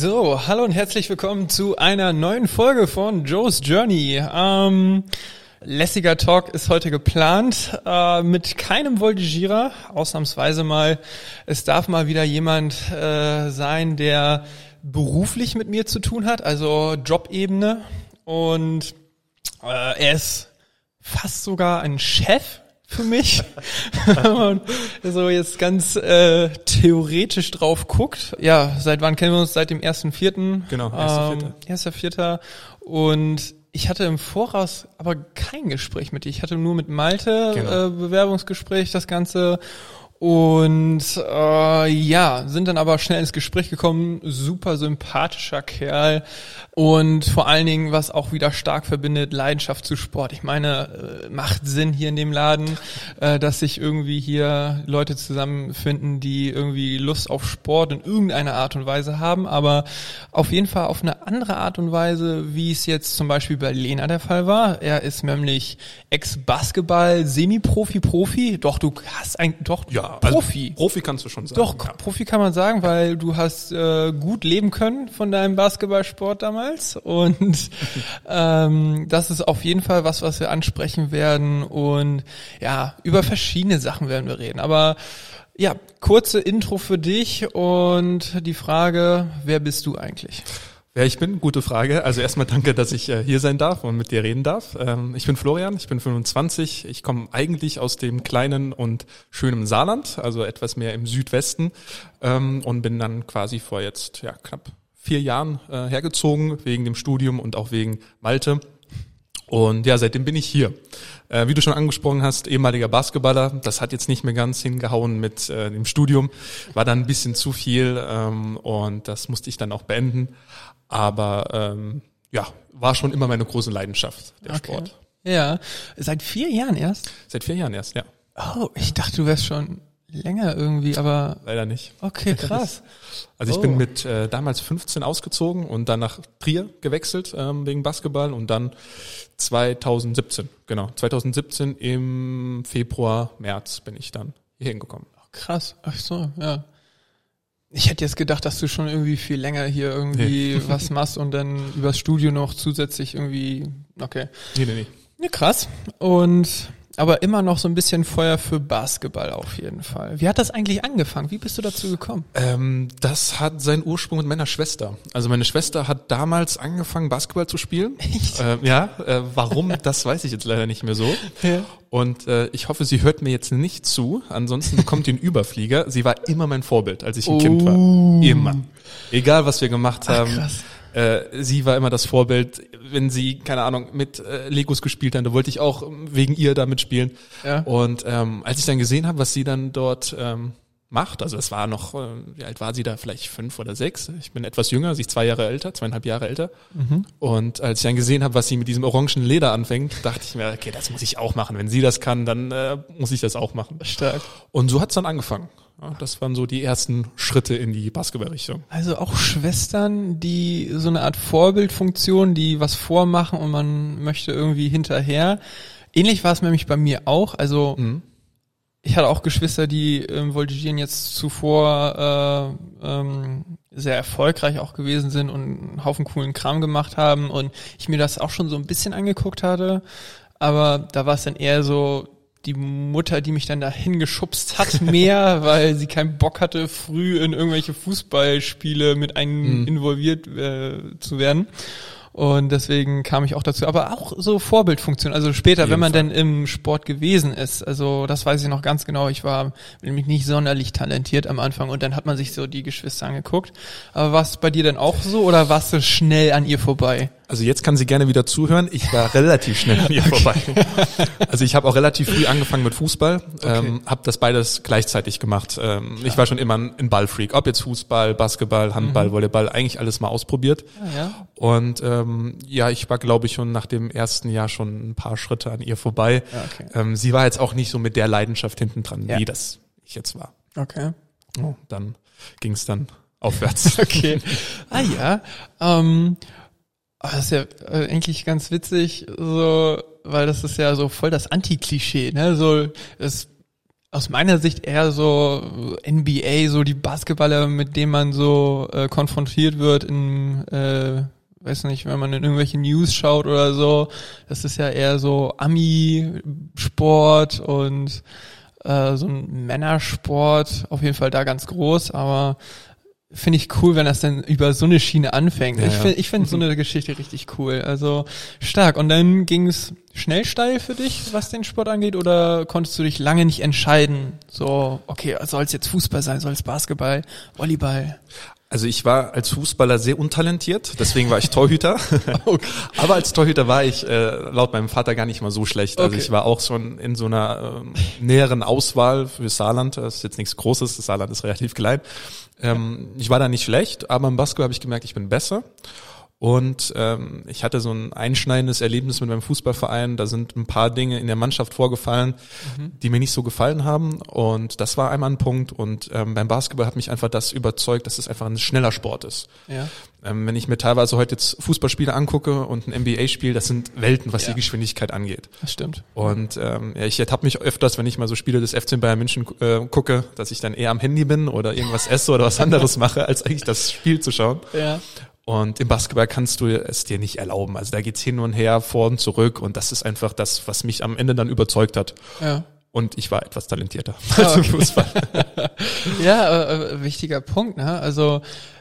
So, hallo und herzlich willkommen zu einer neuen Folge von Joe's Journey. Lässiger Talk ist heute geplant, mit keinem Voltigierer, ausnahmsweise mal. Es darf mal wieder jemand sein, der beruflich mit mir zu tun hat, also Jobebene. Und er ist fast sogar ein Chef für mich. Und so jetzt ganz theoretisch drauf guckt. Ja, seit wann kennen wir uns? Seit dem 1.4. Genau, 1.4. 1.4. Und ich hatte im Voraus aber kein Gespräch mit dir. Ich hatte nur mit Malte Bewerbungsgespräch, das Ganze. Und sind dann aber schnell ins Gespräch gekommen. Super sympathischer Kerl. Und vor allen Dingen, was auch wieder stark verbindet, Leidenschaft zu Sport. Ich meine, macht Sinn hier in dem Laden, dass sich irgendwie hier Leute zusammenfinden, die irgendwie Lust auf Sport in irgendeiner Art und Weise haben. Aber auf jeden Fall auf eine andere Art und Weise, wie es jetzt zum Beispiel bei Lena der Fall war. Er ist nämlich Ex-Basketball, Semi-Profi. Doch, du hast Profi. Also Profi kannst du schon sagen. Doch, ja. Profi kann man sagen, weil du hast gut leben können von deinem Basketballsport damals. Und das ist auf jeden Fall was wir ansprechen werden. Und ja, über verschiedene Sachen werden wir reden. Aber ja, kurze Intro für dich und die Frage, wer bist du eigentlich? Wer ich bin, gute Frage. Also erstmal danke, dass ich hier sein darf und mit dir reden darf. Ich bin Florian, ich bin 25. Ich komme eigentlich aus dem kleinen und schönen Saarland, also etwas mehr im Südwesten, und bin dann quasi vor jetzt knapp 4 Jahren hergezogen, wegen dem Studium und auch wegen Malte. Und ja, seitdem bin ich hier. Wie du schon angesprochen hast, ehemaliger Basketballer. Das hat jetzt nicht mehr ganz hingehauen mit dem Studium. War dann ein bisschen zu viel und das musste ich dann auch beenden. Aber war schon immer meine große Leidenschaft, der Sport. Ja, seit 4 Jahren erst? Seit 4 Jahren erst, ja. Oh, ich dachte, du wärst schon länger irgendwie, aber... Leider nicht. Okay, krass. Also ich bin mit damals 15 ausgezogen und dann nach Trier gewechselt wegen Basketball und dann 2017 im Februar, März bin ich dann hier hingekommen. Krass, ach so, ja. Ich hätte jetzt gedacht, dass du schon irgendwie viel länger hier irgendwie was machst und dann übers Studio noch zusätzlich irgendwie, okay. Nee. Ja, krass. Aber immer noch so ein bisschen Feuer für Basketball auf jeden Fall. Wie hat das eigentlich angefangen? Wie bist du dazu gekommen? Das hat seinen Ursprung mit meiner Schwester. Also meine Schwester hat damals angefangen, Basketball zu spielen. Echt? Warum, das weiß ich jetzt leider nicht mehr so. Ja. Und ich hoffe, sie hört mir jetzt nicht zu. Ansonsten bekommt ihr einen Überflieger. Sie war immer mein Vorbild, als ich ein Kind war. Immer. Egal, was wir gemacht haben. Krass. Sie war immer das Vorbild, wenn sie, keine Ahnung, mit Legos gespielt hat, da wollte ich auch wegen ihr da mitspielen. Ja. Und als ich dann gesehen habe, was sie dann dort macht, also das war noch, wie alt war sie da, vielleicht 5 oder 6, ich bin etwas jünger, sie ist 2,5 Jahre älter. Mhm. Und als ich dann gesehen habe, was sie mit diesem orangen Leder anfängt, dachte ich mir, okay, das muss ich auch machen. Wenn sie das kann, dann muss ich das auch machen. Stark. Und so hat's dann angefangen. Ja, das waren so die ersten Schritte in die Basketballrichtung. Also auch Schwestern, die so eine Art Vorbildfunktion, die was vormachen und man möchte irgendwie hinterher. Ähnlich war es nämlich bei mir auch. Also ich hatte auch Geschwister, die im Voltigieren jetzt zuvor sehr erfolgreich auch gewesen sind und einen Haufen coolen Kram gemacht haben und ich mir das auch schon so ein bisschen angeguckt hatte. Aber da war es dann eher so die Mutter, die mich dann dahin geschubst hat, mehr, weil sie keinen Bock hatte, früh in irgendwelche Fußballspiele mit einem involviert zu werden. Und deswegen kam ich auch dazu. Aber auch so Vorbildfunktion. Also später, wenn man dann im Sport gewesen ist. Also das weiß ich noch ganz genau. Ich war nämlich nicht sonderlich talentiert am Anfang. Und dann hat man sich so die Geschwister angeguckt. Aber war es bei dir dann auch so oder warst du schnell an ihr vorbei? Also jetzt kann sie gerne wieder zuhören. Ich war relativ schnell an ihr vorbei. Also ich habe auch relativ früh angefangen mit Fußball, habe das beides gleichzeitig gemacht. Ich war schon immer ein Ballfreak, ob jetzt Fußball, Basketball, Handball, Volleyball, eigentlich alles mal ausprobiert. Ja. Und ich war, glaube ich, schon nach dem ersten Jahr schon ein paar Schritte an ihr vorbei. Ja, okay. Sie war jetzt auch nicht so mit der Leidenschaft hinten dran, wie das ich jetzt war. Okay. Oh, dann ging es dann aufwärts. Okay. Das ist ja eigentlich ganz witzig, so, weil das ist ja so voll das Anti-Klischee, ne? So, das aus meiner Sicht eher so NBA, so die Basketballer, mit denen man so konfrontiert wird in, weiß nicht, wenn man in irgendwelche News schaut oder so. Das ist ja eher so Ami-Sport und so ein Männersport, auf jeden Fall da ganz groß, aber finde ich cool, wenn das dann über so eine Schiene anfängt. Ja, ich finde so eine Geschichte richtig cool. Also stark. Und dann ging es schnell steil für dich, was den Sport angeht, oder konntest du dich lange nicht entscheiden? So, okay, soll es jetzt Fußball sein, soll es Basketball, Volleyball? Also ich war als Fußballer sehr untalentiert, deswegen war ich Torhüter. Okay. Aber als Torhüter war ich laut meinem Vater gar nicht mal so schlecht. Also ich war auch schon in so einer näheren Auswahl für Saarland. Das ist jetzt nichts Großes, das Saarland ist relativ klein. Ich war da nicht schlecht, aber im Basketball habe ich gemerkt, ich bin besser. Und ich hatte so ein einschneidendes Erlebnis mit meinem Fußballverein. Da sind ein paar Dinge in der Mannschaft vorgefallen, die mir nicht so gefallen haben. Und das war einmal ein Punkt. Und beim Basketball hat mich einfach das überzeugt, dass es einfach ein schneller Sport ist. Ja. Wenn ich mir teilweise heute jetzt Fußballspiele angucke und ein NBA-Spiel, das sind Welten, was die Geschwindigkeit angeht. Das stimmt. Und ich ertappe mich öfters, wenn ich mal so Spiele des FC Bayern München gucke, dass ich dann eher am Handy bin oder irgendwas esse oder was anderes mache, als eigentlich das Spiel zu schauen. Ja. Und im Basketball kannst du es dir nicht erlauben. Also da geht's hin und her, vor und zurück. Und das ist einfach das, was mich am Ende dann überzeugt hat. Ja. Und ich war etwas talentierter als im Fußball. Ja, wichtiger Punkt, ne? Also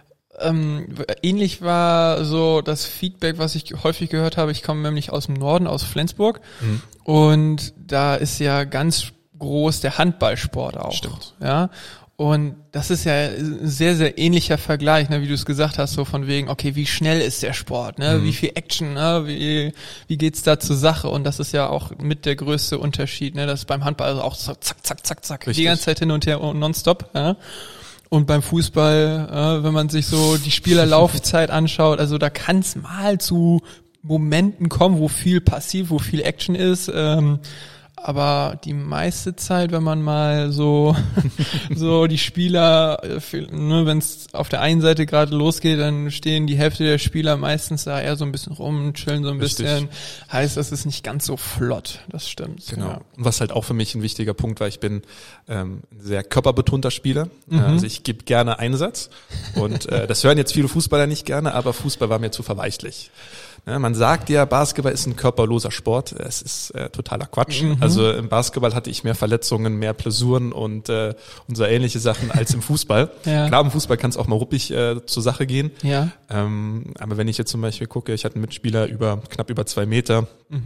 ähnlich war so das Feedback, was ich häufig gehört habe. Ich komme nämlich aus dem Norden, aus Flensburg. Und da ist ja ganz groß der Handballsport auch. Stimmt. Ja. Und das ist ja ein sehr, sehr ähnlicher Vergleich, ne, wie du es gesagt hast, so von wegen, okay, wie schnell ist der Sport, ne, wie viel Action, ne, wie geht's da zur Sache? Und das ist ja auch mit der größte Unterschied, ne, dass beim Handball also auch so zack, zack, zack, zack, richtig, die ganze Zeit hin und her und nonstop, ja. Und beim Fußball, wenn man sich so die Spielerlaufzeit anschaut, also da kann es mal zu Momenten kommen, wo viel passiert, wo viel Action ist, aber die meiste Zeit, wenn man mal so die Spieler, ne, wenn es auf der einen Seite gerade losgeht, dann stehen die Hälfte der Spieler meistens da eher so ein bisschen rum, chillen so ein bisschen. Heißt, das ist nicht ganz so flott. Das stimmt. Genau. Ja. Und was halt auch für mich ein wichtiger Punkt war, ich bin ein sehr körperbetonter Spieler. Also ich gebe gerne Einsatz. Und das hören jetzt viele Fußballer nicht gerne, aber Fußball war mir zu verweichlich. Ja, man sagt ja, Basketball ist ein körperloser Sport. Es ist totaler Quatsch. Also im Basketball hatte ich mehr Verletzungen, mehr Blessuren und so ähnliche Sachen als im Fußball. Ja. Klar, im Fußball kann es auch mal ruppig zur Sache gehen. Ja. Aber wenn ich jetzt zum Beispiel gucke, ich hatte einen Mitspieler knapp über 2 Meter,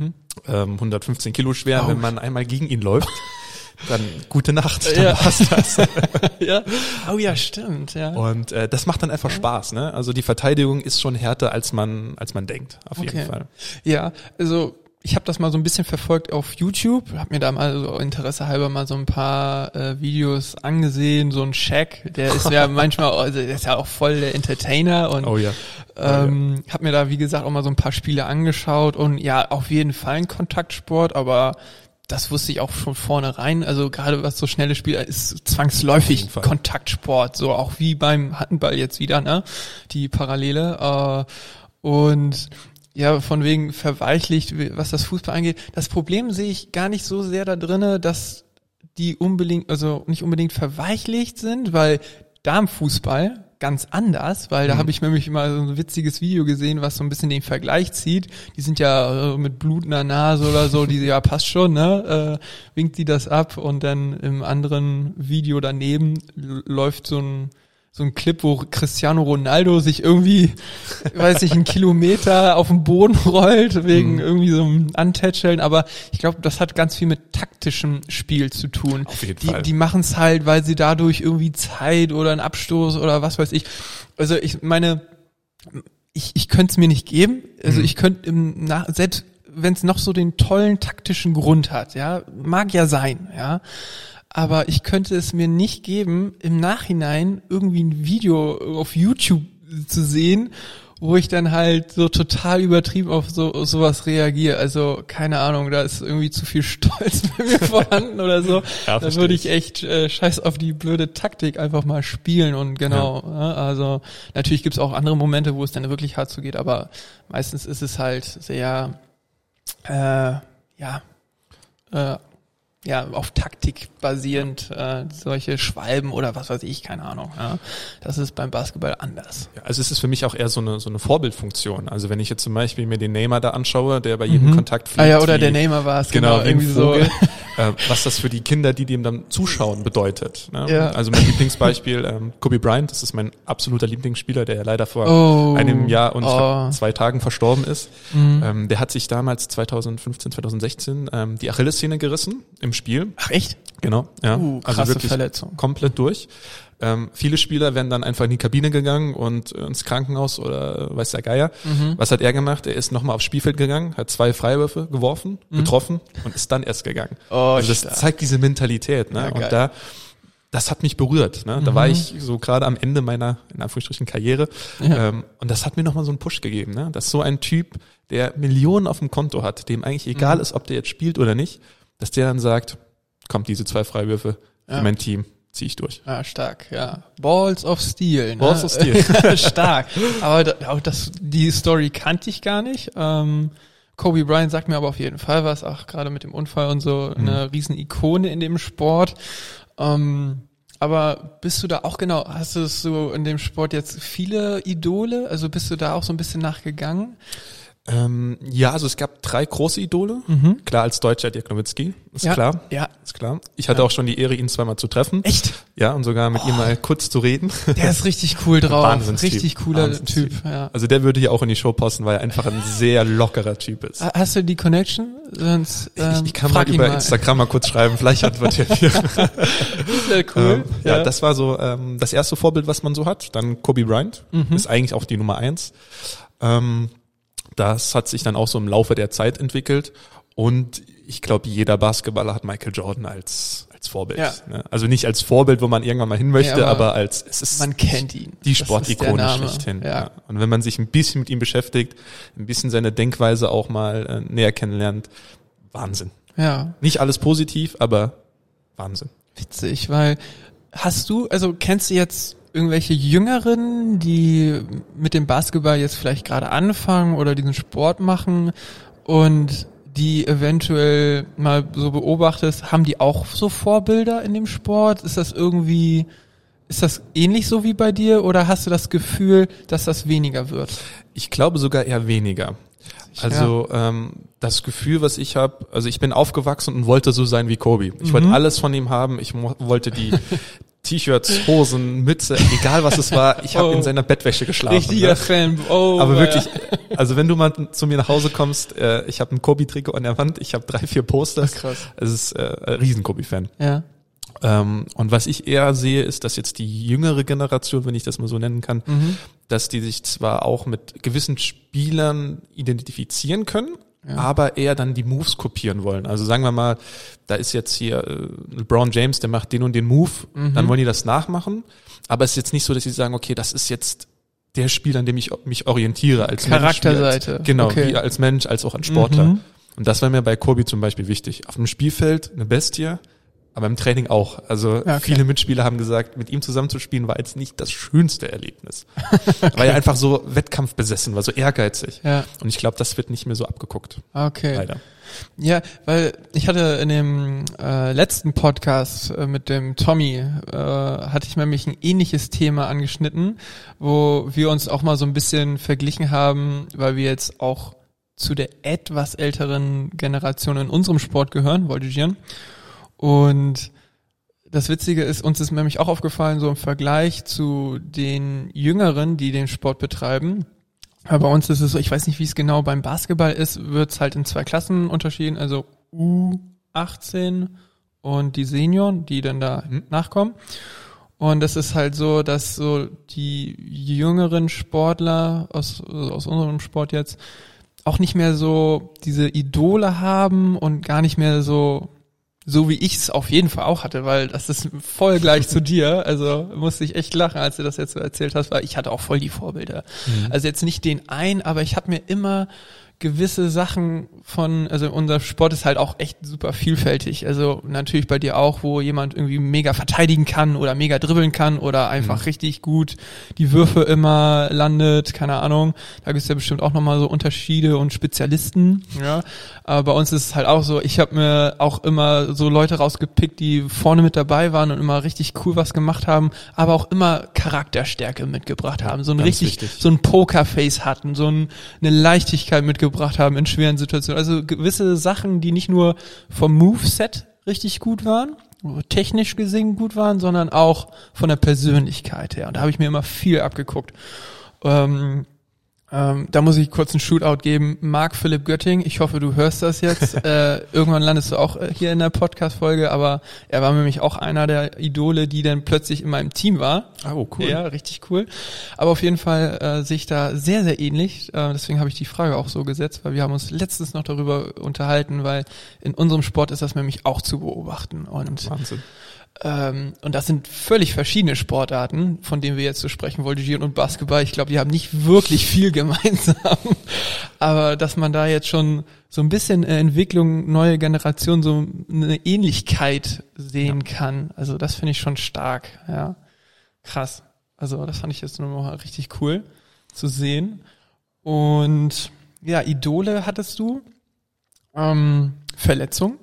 115 Kilo schwer, wenn man einmal gegen ihn läuft. Dann gute Nacht, dann passt das. Ja. Oh ja, stimmt. Ja. Und das macht dann einfach Spaß, ne? Also die Verteidigung ist schon härter, als man denkt, auf jeden Fall. Ja, also ich habe das mal so ein bisschen verfolgt auf YouTube, habe mir da mal so Interesse halber mal so ein paar Videos angesehen, so ein Shaq, der ist ja manchmal, also der ist ja auch voll der Entertainer und hab mir da, wie gesagt, auch mal so ein paar Spiele angeschaut und ja, auf jeden Fall ein Kontaktsport, aber das wusste ich auch schon vornherein, also gerade was so schnelle Spieler ist zwangsläufig Kontaktsport, so auch wie beim Handball jetzt wieder, ne, die Parallele, und ja, von wegen verweichlicht, was das Fußball angeht. Das Problem sehe ich gar nicht so sehr da drinne, dass die nicht unbedingt verweichlicht sind, weil Damenfußball ganz anders, weil da habe ich nämlich mal so ein witziges Video gesehen, was so ein bisschen den Vergleich zieht. Die sind ja mit blutender Nase oder so, die ja passt schon, ne? Winkt die das ab und dann im anderen Video daneben läuft so ein Clip, wo Cristiano Ronaldo sich irgendwie, weiß ich, 1 Kilometer auf den Boden rollt, wegen irgendwie so einem Antätscheln, aber ich glaube, das hat ganz viel mit taktischem Spiel zu tun. Auf jeden Fall. Die machen es halt, weil sie dadurch irgendwie Zeit oder einen Abstoß oder was weiß ich. Also ich meine, ich könnte es mir nicht geben. Also ich könnte selbst wenn es noch so den tollen taktischen Grund hat, ja, mag ja sein, ja. Aber ich könnte es mir nicht geben, im Nachhinein irgendwie ein Video auf YouTube zu sehen, wo ich dann halt so total übertrieben auf sowas reagiere. Also keine Ahnung, da ist irgendwie zu viel Stolz bei mir vorhanden oder so. Ja, da würde ich echt scheiß auf die blöde Taktik einfach mal spielen und genau. Ja. Also natürlich gibt's auch andere Momente, wo es dann wirklich hart zugeht, aber meistens ist es halt sehr auf Taktik basierend, solche Schwalben oder was weiß ich, keine Ahnung. Ja. Das ist beim Basketball anders. Ja, also es ist für mich auch eher so eine Vorbildfunktion. Also wenn ich jetzt zum Beispiel mir den Neymar da anschaue, der bei jedem Kontakt fliegt. Oder der Neymar war es, genau irgendwie so. Was das für die Kinder, die dem dann zuschauen, bedeutet. Ne? Ja. Also mein Lieblingsbeispiel, Kobe Bryant, das ist mein absoluter Lieblingsspieler, der ja leider vor einem Jahr und 2 Tagen verstorben ist. Der hat sich damals 2015, 2016 die Achillessehne gerissen im Spiel. Ach echt? Genau, ja. Krasse also wirklich Verletzung. Komplett durch. Viele Spieler werden dann einfach in die Kabine gegangen und ins Krankenhaus oder weiß der Geier. Was hat er gemacht? Er ist nochmal aufs Spielfeld gegangen, hat 2 Freiwürfe geworfen, getroffen und ist dann erst gegangen. Also das zeigt diese Mentalität. Ne? Ja, und das hat mich berührt. Ne? Da war ich so gerade am Ende meiner, in Anführungsstrichen, Karriere. Ja. Und das hat mir nochmal so einen Push gegeben. Ne? Dass so ein Typ, der Millionen auf dem Konto hat, dem eigentlich egal ist, ob der jetzt spielt oder nicht, dass der dann sagt, kommt diese 2 Freiwürfe für mein Team. Ziehe ich durch. Ja, stark, ja. Balls of Steel. Ne? Balls of Steel. Stark. Aber die Story kannte ich gar nicht. Kobe Bryant sagt mir aber auf jeden Fall was, auch gerade mit dem Unfall und so, eine riesen Ikone in dem Sport. Aber bist du da auch hast du so in dem Sport jetzt viele Idole? Also bist du da auch so ein bisschen nachgegangen? Ja, also es gab 3 große Idole. Klar, als Deutscher Dirk Nowitzki, ist klar. Ja. Ist klar. Ich hatte auch schon die Ehre, ihn 2-mal zu treffen. Echt? Ja, und sogar mit ihm mal kurz zu reden. Der ist richtig cool drauf. Wahnsinnstyp. Richtig cooler Typ. Ja. Also der würde hier auch in die Show passen, weil er einfach ein sehr lockerer Typ ist. Hast du die Connection? Sonst, ich kann mal über Instagram mal kurz schreiben, vielleicht antwortet er mir. Sehr cool. Ja, das war so das erste Vorbild, was man so hat. Dann Kobe Bryant, ist eigentlich auch die Nummer 1. Das hat sich dann auch so im Laufe der Zeit entwickelt und ich glaube, jeder Basketballer hat Michael Jordan als Vorbild. Ja. Ne? Also nicht als Vorbild, wo man irgendwann mal hin möchte, aber es ist man kennt ihn. Die Sportikone schlechthin. Ja. Und wenn man sich ein bisschen mit ihm beschäftigt, ein bisschen seine Denkweise auch mal näher kennenlernt, Wahnsinn. Ja. Nicht alles positiv, aber Wahnsinn. Witzig, weil kennst du jetzt irgendwelche Jüngeren, die mit dem Basketball jetzt vielleicht gerade anfangen oder diesen Sport machen und die eventuell mal so beobachtest, haben die auch so Vorbilder in dem Sport? Ist das ähnlich so wie bei dir oder hast du das Gefühl, dass das weniger wird? Ich glaube sogar eher weniger. Also das Gefühl, was ich habe, also ich bin aufgewachsen und wollte so sein wie Kobe. Ich wollte alles von ihm haben. Ich wollte die T-Shirts, Hosen, Mütze, egal was es war, ich habe in seiner Bettwäsche geschlafen. Richtiger Fan. Aber wirklich, also wenn du mal zu mir nach Hause kommst, ich habe ein Kobe-Trikot an der Wand, ich habe 3, 4 Posters. Krass. Es ist ein riesen Kobe-Fan. Ja. Und was ich eher sehe, ist, dass jetzt die jüngere Generation, wenn ich das mal so nennen kann, dass die sich zwar auch mit gewissen Spielern identifizieren können, aber eher dann die Moves kopieren wollen. Also sagen wir mal, da ist jetzt hier LeBron James, der macht den und den Move, dann wollen die das nachmachen. Aber es ist jetzt nicht so, dass sie sagen, okay, das ist jetzt der Spieler, an dem ich mich orientiere als Charakterseite. Mensch. Genau, okay. Wie als Mensch, als auch als Sportler. Und das war mir bei Kobe zum Beispiel wichtig. Auf dem Spielfeld eine Bestie, aber im Training auch. Also viele Mitspieler haben gesagt, mit ihm zusammenzuspielen war jetzt nicht das schönste Erlebnis. Weil er einfach so wettkampfbesessen war, so ehrgeizig. Ja. Und ich glaube, das wird nicht mehr so abgeguckt. Okay. Leider. Ja, weil ich hatte in dem letzten Podcast mit dem Tommy, hatte ich nämlich ein ähnliches Thema angeschnitten, wo wir uns auch mal so ein bisschen verglichen haben, weil wir jetzt auch zu der etwas älteren Generation in unserem Sport gehören, Voltigieren. Und das Witzige ist, uns ist nämlich auch aufgefallen, so im Vergleich zu den Jüngeren, die den Sport betreiben. Aber bei uns ist es so, ich weiß nicht, wie es genau beim Basketball ist, wird es halt in 2 Klassen unterschieden, also U18 und die Senioren, die dann da nachkommen. Und das ist halt so, dass so die jüngeren Sportler aus unserem Sport jetzt auch nicht mehr so diese Idole haben und gar nicht mehr so wie ich es auf jeden Fall auch hatte, weil das ist voll gleich zu dir. Also musste ich echt lachen, als du das jetzt so erzählt hast, weil ich hatte auch voll die Vorbilder. Also jetzt nicht den einen, aber ich habe mir immer gewisse Sachen also unser Sport ist halt auch echt super vielfältig. Also natürlich bei dir auch, wo jemand irgendwie mega verteidigen kann oder mega dribbeln kann oder einfach richtig gut die Würfe immer landet, keine Ahnung. Da gibt es ja bestimmt auch nochmal so Unterschiede und Spezialisten. Ja, aber bei uns ist es halt auch so, ich habe mir auch immer so Leute rausgepickt, die vorne mit dabei waren und immer richtig cool was gemacht haben, aber auch immer Charakterstärke mitgebracht haben. So ein so ein Pokerface hatten, so eine Leichtigkeit mitgebracht haben in schweren Situationen. Also gewisse Sachen, die nicht nur vom Moveset richtig gut waren, technisch gesehen gut waren, sondern auch von der Persönlichkeit her. Und da habe ich mir immer viel abgeguckt. Da muss ich kurz einen Shootout geben. Marc Philipp Götting, ich hoffe, du hörst das jetzt. Irgendwann landest du auch hier in der Podcast-Folge, aber er war nämlich auch einer der Idole, die dann plötzlich in meinem Team war. Oh, cool. Ja, richtig cool. Aber auf jeden Fall sehe ich da sehr, sehr ähnlich. Deswegen habe ich die Frage auch so gesetzt, weil wir haben uns letztens noch darüber unterhalten, weil in unserem Sport ist das nämlich auch zu beobachten. Und Wahnsinn. Und das sind völlig verschiedene Sportarten, von denen wir jetzt so sprechen, Voltigieren und Basketball. Ich glaube, die haben nicht wirklich viel gemeinsam. Aber dass man da jetzt schon so ein bisschen Entwicklung, neue Generation, so eine Ähnlichkeit sehen kann. Also das finde ich schon stark. Ja, krass. Also das fand ich jetzt nochmal richtig cool zu sehen. Und ja, Idole hattest du. Verletzung?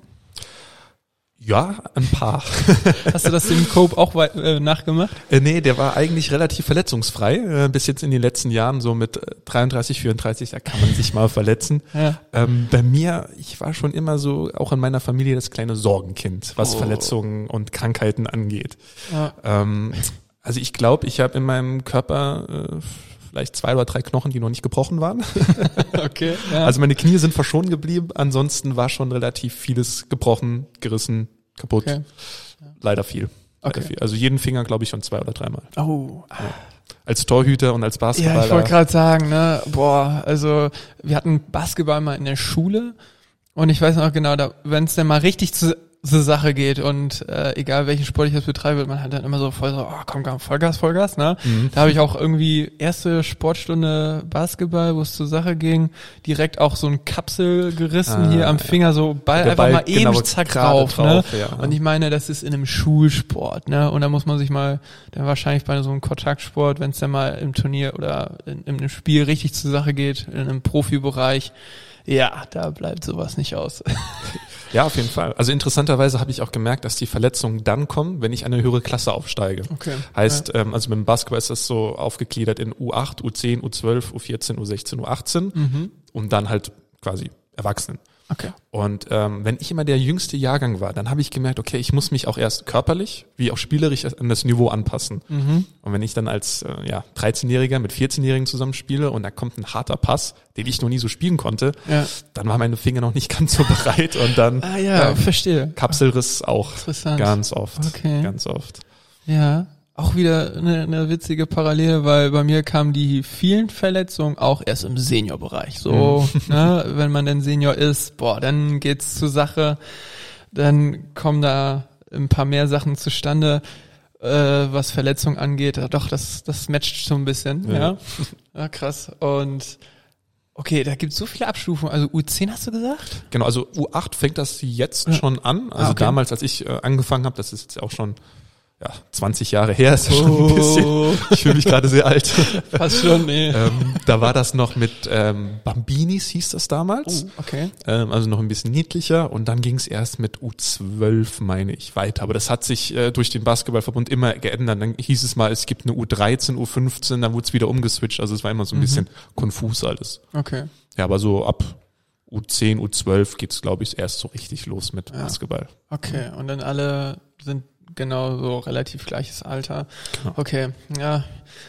Ja, ein paar. Hast du das dem Cope auch nachgemacht? Nee, der war eigentlich relativ verletzungsfrei. Bis jetzt in den letzten Jahren, so mit 33, 34, da kann man sich mal verletzen. Ja. Bei mir, ich war schon immer so, auch in meiner Familie, das kleine Sorgenkind, was Verletzungen und Krankheiten angeht. Ja. Also ich glaube, ich habe in meinem Körper vielleicht 2 oder 3 Knochen, die noch nicht gebrochen waren. Okay. Ja. Also meine Knie sind verschont geblieben. Ansonsten war schon relativ vieles gebrochen, gerissen, kaputt. Okay. Ja. Leider viel. Okay. Leider viel. Also jeden Finger, glaube ich, schon 2 oder 3 Mal. Oh. Ja. Als Torhüter und als Basketballer. Ja, ich wollte gerade sagen, ne, also wir hatten Basketball mal in der Schule und ich weiß noch genau, wenn es dann mal richtig zur Sache geht und egal welchen Sport ich jetzt betreibe, man hat dann immer so voll so, oh komm, Vollgas, ne? Mhm. Da habe ich auch irgendwie erste Sportstunde Basketball, wo es zur Sache ging, direkt auch so ein Kapsel gerissen hier am Finger, so Ball einfach mal eben genau, zack drauf, ne? Ja. Und ich meine, das ist in einem Schulsport, ne? Und da muss man sich mal dann wahrscheinlich bei so einem Kontaktsport, wenn es dann mal im Turnier oder in einem Spiel richtig zur Sache geht, in einem Profibereich, ja, da bleibt sowas nicht aus. Ja, auf jeden Fall. Also interessanterweise habe ich auch gemerkt, dass die Verletzungen dann kommen, wenn ich eine höhere Klasse aufsteige. Okay. Heißt, also mit dem Basketball ist das so aufgegliedert in U8, U10, U12, U14, U16, U18 und dann halt quasi Erwachsenen. Okay. Und wenn ich immer der jüngste Jahrgang war, dann habe ich gemerkt, okay, ich muss mich auch erst körperlich wie auch spielerisch an das Niveau anpassen. Mhm. Und wenn ich dann als 13-Jähriger mit 14-Jährigen zusammenspiele und da kommt ein harter Pass, den ich noch nie so spielen konnte, dann waren meine Finger noch nicht ganz so bereit und dann verstehe. Kapselriss auch ganz oft. Okay. Ganz oft. Ja. Auch wieder eine witzige Parallele, weil bei mir kamen die vielen Verletzungen auch erst im Seniorbereich. So, ne, wenn man denn Senior ist, dann geht's zur Sache, dann kommen da ein paar mehr Sachen zustande, was Verletzungen angeht. Ja, doch, das matcht so ein bisschen, ja. Ja, krass. Und okay, da gibt's so viele Abstufungen. Also U10 hast du gesagt? Genau, also U8 fängt das jetzt schon an. Also damals, als ich angefangen habe, das ist jetzt auch schon 20 Jahre her, ist ja schon ein bisschen, ich fühle mich gerade sehr alt. Fast schon, nee. Da war das noch mit Bambinis, hieß das damals. Oh, okay. Also noch ein bisschen niedlicher und dann ging es erst mit U12, meine ich, weiter. Aber das hat sich durch den Basketballverbund immer geändert. Dann hieß es mal, es gibt eine U13, U15, dann wurde es wieder umgeswitcht. Also es war immer so ein bisschen konfus alles. Okay. Ja, aber so ab U10, U12 geht's, glaube ich, erst so richtig los mit Basketball. Okay, und dann alle sind genau so relativ gleiches Alter. Genau. Okay, ja,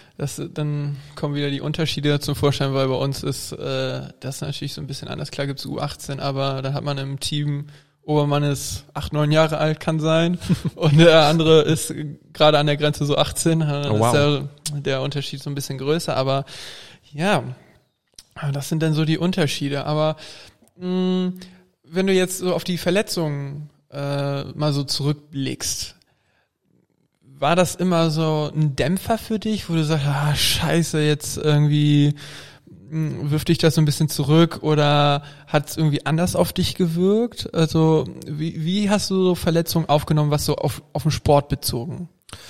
dann kommen wieder die Unterschiede zum Vorschein, weil bei uns ist das natürlich so ein bisschen anders. Klar gibt's U18, aber dann hat man im Team, Obermann ist 8, 9 Jahre alt, kann sein, und der andere ist gerade an der Grenze so 18, dann ist der Unterschied so ein bisschen größer, aber ja, das sind dann so die Unterschiede. Aber wenn du jetzt so auf die Verletzungen mal so zurückblickst, war das immer so ein Dämpfer für dich, wo du sagst, scheiße, jetzt irgendwie wirft dich das so ein bisschen zurück oder hat es irgendwie anders auf dich gewirkt? Also wie hast du so Verletzungen aufgenommen, was so auf den Sport bezogen?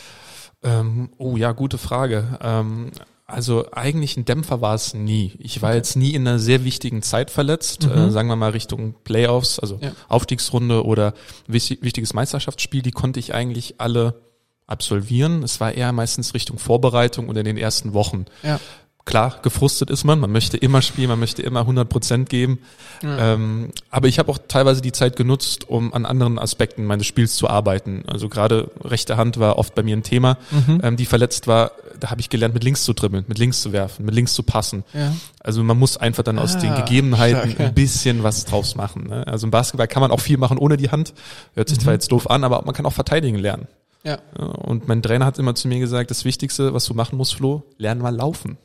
Oh ja, gute Frage. Also eigentlich ein Dämpfer war es nie. Ich war jetzt nie in einer sehr wichtigen Zeit verletzt, sagen wir mal Richtung Playoffs, also Aufstiegsrunde oder wichtiges Meisterschaftsspiel, die konnte ich eigentlich alle absolvieren. Es war eher meistens Richtung Vorbereitung und in den ersten Wochen. Ja. Klar, gefrustet ist man möchte immer spielen, man möchte immer 100% geben. Ja. Aber ich habe auch teilweise die Zeit genutzt, um an anderen Aspekten meines Spiels zu arbeiten. Also gerade rechte Hand war oft bei mir ein Thema, die verletzt war. Da habe ich gelernt, mit links zu dribbeln, mit links zu werfen, mit links zu passen. Ja. Also man muss einfach dann aus den Gegebenheiten ein bisschen was draus machen. Ne? Also im Basketball kann man auch viel machen ohne die Hand. Hört sich zwar jetzt doof an, aber man kann auch verteidigen lernen. Ja. Und mein Trainer hat immer zu mir gesagt, das Wichtigste, was du machen musst, Flo, lern mal laufen.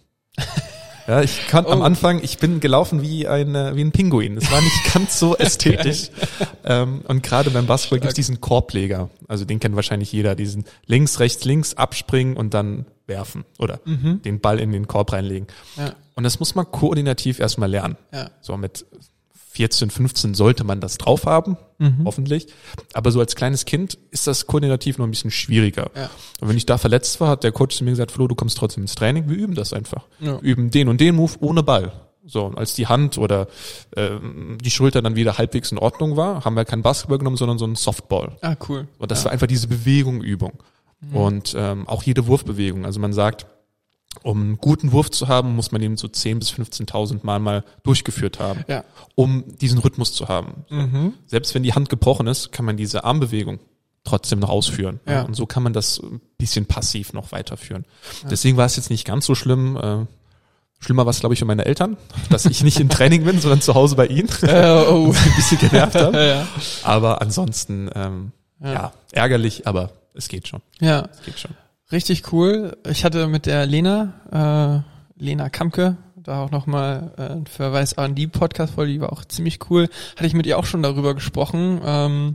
Ja, ich kann am Anfang, ich bin gelaufen wie ein Pinguin. Das war nicht ganz so ästhetisch. Und gerade beim Basketball gibt's diesen Korbleger. Also den kennt wahrscheinlich jeder. Diesen links, rechts, links abspringen und dann werfen oder den Ball in den Korb reinlegen. Ja. Und das muss man koordinativ erstmal lernen. Ja. So mit 14, 15 sollte man das drauf haben, hoffentlich. Aber so als kleines Kind ist das koordinativ noch ein bisschen schwieriger. Ja. Und wenn ich da verletzt war, hat der Coach zu mir gesagt, Flo, du kommst trotzdem ins Training, wir üben das einfach. Ja. Üben den und den Move ohne Ball. So, und als die Hand oder die Schulter dann wieder halbwegs in Ordnung war, haben wir keinen Basketball genommen, sondern so einen Softball. Ah, cool. Und das war einfach diese Übung. Und auch jede Wurfbewegung. Also man sagt, um einen guten Wurf zu haben, muss man ihn so 10.000 bis 15.000 Mal durchgeführt haben, um diesen Rhythmus zu haben. So. Selbst wenn die Hand gebrochen ist, kann man diese Armbewegung trotzdem noch ausführen. Ja. Und so kann man das ein bisschen passiv noch weiterführen. Ja. Deswegen war es jetzt nicht ganz so schlimm. Schlimmer war es, glaube ich, für meine Eltern, dass ich nicht im Training bin, sondern zu Hause bei ihnen. Und sie ein bisschen genervt haben. Ja. Aber ansonsten, ärgerlich, aber es geht schon. Ja. Es geht schon. Richtig cool. Ich hatte mit der Lena Kamke, da auch nochmal ein Verweis an die Podcast-Folge, die war auch ziemlich cool, hatte ich mit ihr auch schon darüber gesprochen,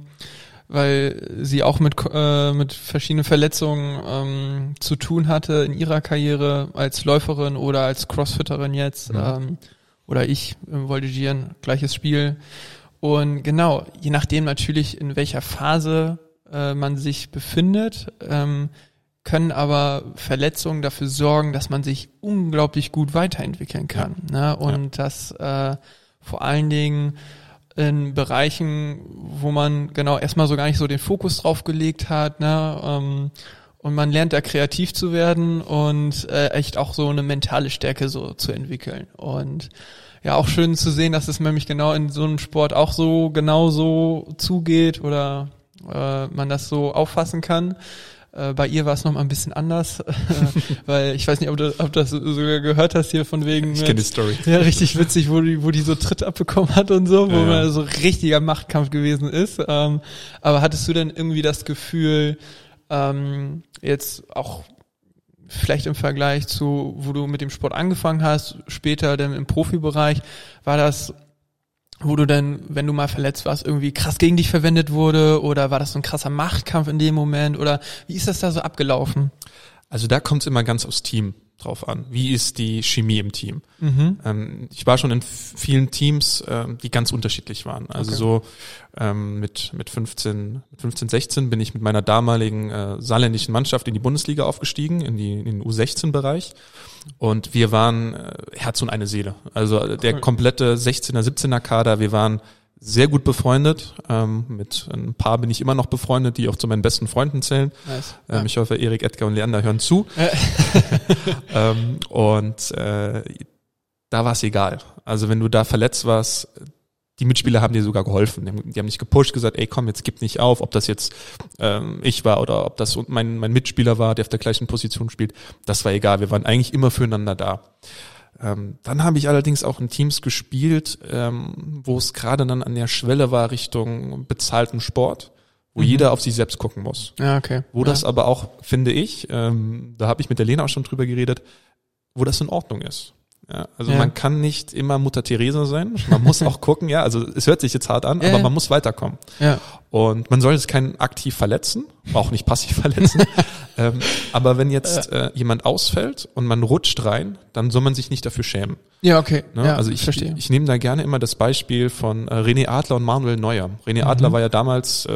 weil sie auch mit verschiedenen Verletzungen zu tun hatte in ihrer Karriere als Läuferin oder als Crossfitterin jetzt, oder ich im Voltigieren, gleiches Spiel. Und genau, je nachdem natürlich, in welcher Phase man sich befindet, können aber Verletzungen dafür sorgen, dass man sich unglaublich gut weiterentwickeln kann. Ja. Ne? Und das vor allen Dingen in Bereichen, wo man genau erstmal so gar nicht so den Fokus drauf gelegt hat, ne? Und man lernt da kreativ zu werden und echt auch so eine mentale Stärke so zu entwickeln. Und ja, auch schön zu sehen, dass es nämlich genau in so einem Sport auch so genauso zugeht oder man das so auffassen kann. Bei ihr war es noch mal ein bisschen anders, weil ich weiß nicht, ob du das sogar gehört hast hier von wegen. Ich kenne die Story. Ja, richtig witzig, wo die so Tritt abbekommen hat und so, wo man so richtiger Machtkampf gewesen ist. Aber hattest du denn irgendwie das Gefühl, jetzt auch vielleicht im Vergleich zu, wo du mit dem Sport angefangen hast, später dann im Profibereich, war das, wo du dann, wenn du mal verletzt warst, irgendwie krass gegen dich verwendet wurde oder war das so ein krasser Machtkampf in dem Moment oder wie ist das da so abgelaufen? Also da kommt es immer ganz aufs Team drauf an. Wie ist die Chemie im Team? Ich war schon in vielen Teams, die ganz unterschiedlich waren. Also mit 15, 16 bin ich mit meiner damaligen saarländischen Mannschaft in die Bundesliga aufgestiegen, in den U16-Bereich. Und wir waren Herz und eine Seele. Also der komplette 16er, 17er Kader, wir waren sehr gut befreundet. Mit ein paar bin ich immer noch befreundet, die auch zu meinen besten Freunden zählen. Nice. Ich hoffe, Erik, Edgar und Leander hören zu. Da war es egal. Also wenn du da verletzt warst, die Mitspieler haben dir sogar geholfen. Die haben dich gepusht, gesagt, ey komm, jetzt gib nicht auf, ob das jetzt ich war oder ob das mein Mitspieler war, der auf der gleichen Position spielt. Das war egal. Wir waren eigentlich immer füreinander da. Dann habe ich allerdings auch in Teams gespielt, wo es gerade dann an der Schwelle war Richtung bezahlten Sport, wo jeder auf sich selbst gucken muss. Ja, okay. Wo das aber auch, finde ich, da habe ich mit der Lena auch schon drüber geredet, wo das in Ordnung ist. Ja, also man kann nicht immer Mutter Teresa sein. Man muss auch gucken, ja, also es hört sich jetzt hart an, aber man muss weiterkommen. Ja. Und man soll es keinen aktiv verletzen, auch nicht passiv verletzen. Aber wenn jetzt jemand ausfällt und man rutscht rein, dann soll man sich nicht dafür schämen. Ja, okay. Ne? Ja, also ich nehme da gerne immer das Beispiel von René Adler und Manuel Neuer. René Adler war ja damals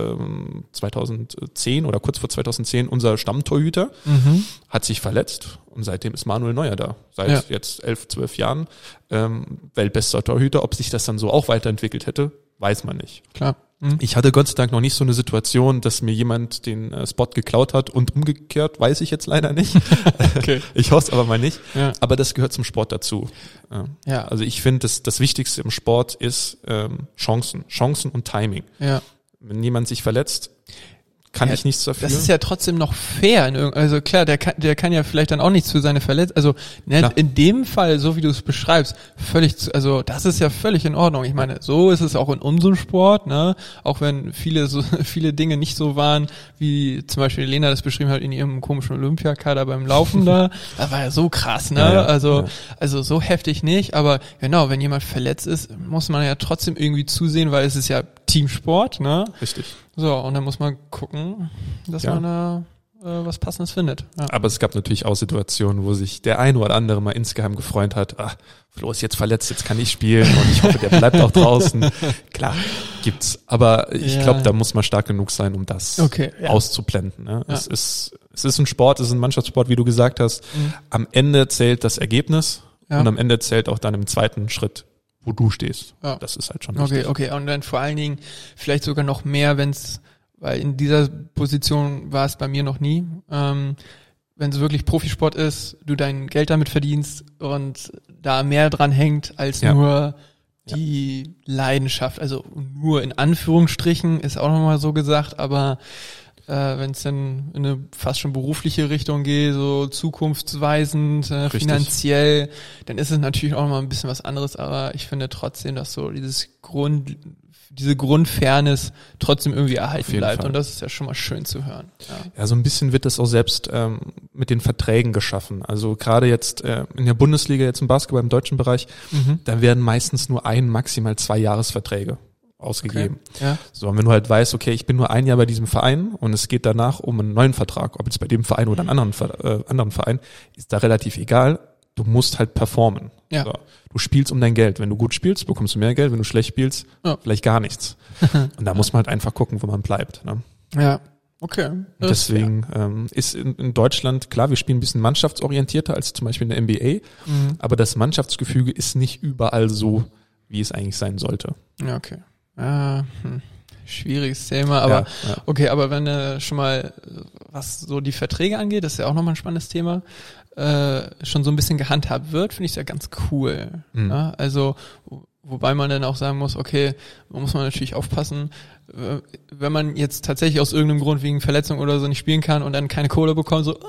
2010 oder kurz vor 2010 unser Stammtorhüter, hat sich verletzt und seitdem ist Manuel Neuer da. Seit jetzt 11, 12 Jahren weltbester Torhüter. Ob sich das dann so auch weiterentwickelt hätte, weiß man nicht. Klar. Ich hatte Gott sei Dank noch nicht so eine Situation, dass mir jemand den Spot geklaut hat und umgekehrt, weiß ich jetzt leider nicht. Okay. Ich hoffe es aber mal nicht. Ja. Aber das gehört zum Sport dazu. Ja. Also ich finde, das Wichtigste im Sport ist Chancen und Timing. Ja. Wenn jemand sich verletzt, kann ich nichts dafür. Das ist ja trotzdem noch fair. Also klar, der kann ja vielleicht dann auch nichts für seine Verletzung. Also in dem Fall, so wie du es beschreibst, also das ist ja völlig in Ordnung. Ich meine, so ist es auch in unserem Sport, ne? Auch wenn viele Dinge nicht so waren, wie zum Beispiel Lena das beschrieben hat in ihrem komischen Olympiakader beim Laufen da. Das war ja so krass, ne? Ja. Also so heftig nicht. Aber genau, wenn jemand verletzt ist, muss man ja trotzdem irgendwie zusehen, weil es ist ja Teamsport, ne? Richtig. So, und dann muss man gucken, dass man da was Passendes findet. Ja. Aber es gab natürlich auch Situationen, wo sich der eine oder andere mal insgeheim gefreut hat, Flo ist jetzt verletzt, jetzt kann ich spielen und ich hoffe, der bleibt auch draußen. Klar, gibt's. Aber ich glaube, da muss man stark genug sein, um das auszublenden. Ne? Ja. Es ist ein Sport, es ist ein Mannschaftssport, wie du gesagt hast. Am Ende zählt das Ergebnis und am Ende zählt auch dann im zweiten Schritt, wo du stehst. Ja. Das ist halt schon wichtig. Okay. Und dann vor allen Dingen vielleicht sogar noch mehr, weil in dieser Position war es bei mir noch nie, wenn es wirklich Profisport ist, du dein Geld damit verdienst und da mehr dran hängt als nur die Leidenschaft. Also nur in Anführungsstrichen ist auch nochmal so gesagt, aber wenn es dann in eine fast schon berufliche Richtung geht, so zukunftsweisend, finanziell, dann ist es natürlich auch nochmal ein bisschen was anderes, aber ich finde trotzdem, dass so diese Grundfairness trotzdem irgendwie erhalten bleibt. Und das ist ja schon mal schön zu hören. Ja, so ein bisschen wird das auch selbst mit den Verträgen geschaffen. Also gerade jetzt in der Bundesliga, jetzt im Basketball, im deutschen Bereich, da werden meistens nur maximal 2 Jahresverträge ausgegeben. Okay. Ja. So, und wenn du halt weißt, okay, ich bin nur 1 Jahr bei diesem Verein und es geht danach um einen neuen Vertrag, ob jetzt bei dem Verein oder einem anderen Verein, ist da relativ egal. Du musst halt performen. Ja. So. Du spielst um dein Geld. Wenn du gut spielst, bekommst du mehr Geld. Wenn du schlecht spielst, vielleicht gar nichts. Und da muss man halt einfach gucken, wo man bleibt. Ne? Ja, okay. Deswegen ist in Deutschland, klar, wir spielen ein bisschen mannschaftsorientierter als zum Beispiel in der NBA, aber das Mannschaftsgefüge ist nicht überall so, wie es eigentlich sein sollte. Ja, okay. Schwieriges Thema, aber okay, aber wenn schon mal, was so die Verträge angeht, das ist ja auch nochmal ein spannendes Thema, schon so ein bisschen gehandhabt wird, finde ich es ja ganz cool. Ja? Also, wobei man dann auch sagen muss, okay, man muss natürlich aufpassen, wenn man jetzt tatsächlich aus irgendeinem Grund wegen Verletzung oder so nicht spielen kann und dann keine Kohle bekommt, so,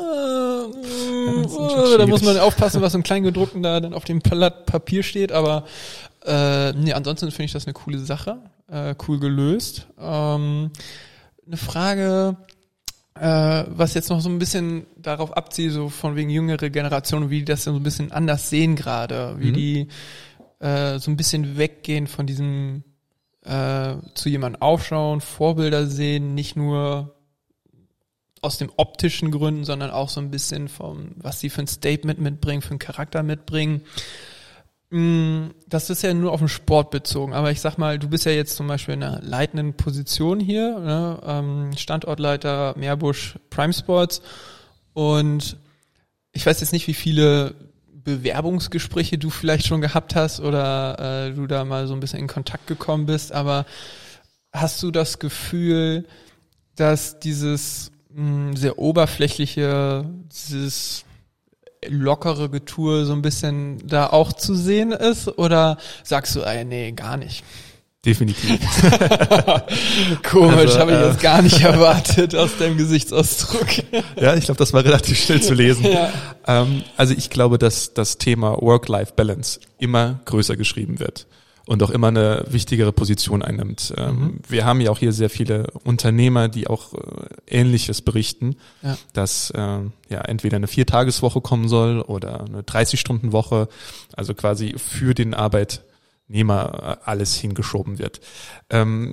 da muss man aufpassen, was im Kleingedruckten da dann auf dem Blatt Papier steht, aber ansonsten finde ich das eine coole Sache, cool gelöst. Eine Frage, was jetzt noch so ein bisschen darauf abzieht, so von wegen jüngere Generationen, wie die das so ein bisschen anders sehen gerade, wie die so ein bisschen weggehen von diesem zu jemandem aufschauen, Vorbilder sehen, nicht nur aus den optischen Gründen, sondern auch so ein bisschen vom, was sie für ein Statement mitbringen, für einen Charakter mitbringen. Das ist ja nur auf den Sport bezogen, aber ich sag mal, du bist ja jetzt zum Beispiel in einer leitenden Position hier, ne? Standortleiter Meerbusch Prime Sports, und ich weiß jetzt nicht, wie viele Bewerbungsgespräche du vielleicht schon gehabt hast oder du da mal so ein bisschen in Kontakt gekommen bist, aber hast du das Gefühl, dass dieses sehr oberflächliche, dieses lockere Getue so ein bisschen da auch zu sehen ist, oder sagst du, nee, gar nicht? Definitiv. Komisch, also, habe ich jetzt gar nicht erwartet aus deinem Gesichtsausdruck. Ja, ich glaube, das war relativ schnell zu lesen. Ja. Also ich glaube, dass das Thema Work-Life-Balance immer größer geschrieben wird und auch immer eine wichtigere Position einnimmt. Wir haben ja auch hier sehr viele Unternehmer, die auch Ähnliches berichten, dass entweder eine 4-Tageswoche kommen soll oder eine 30-Stunden-Woche, also quasi für den Arbeitnehmer alles hingeschoben wird.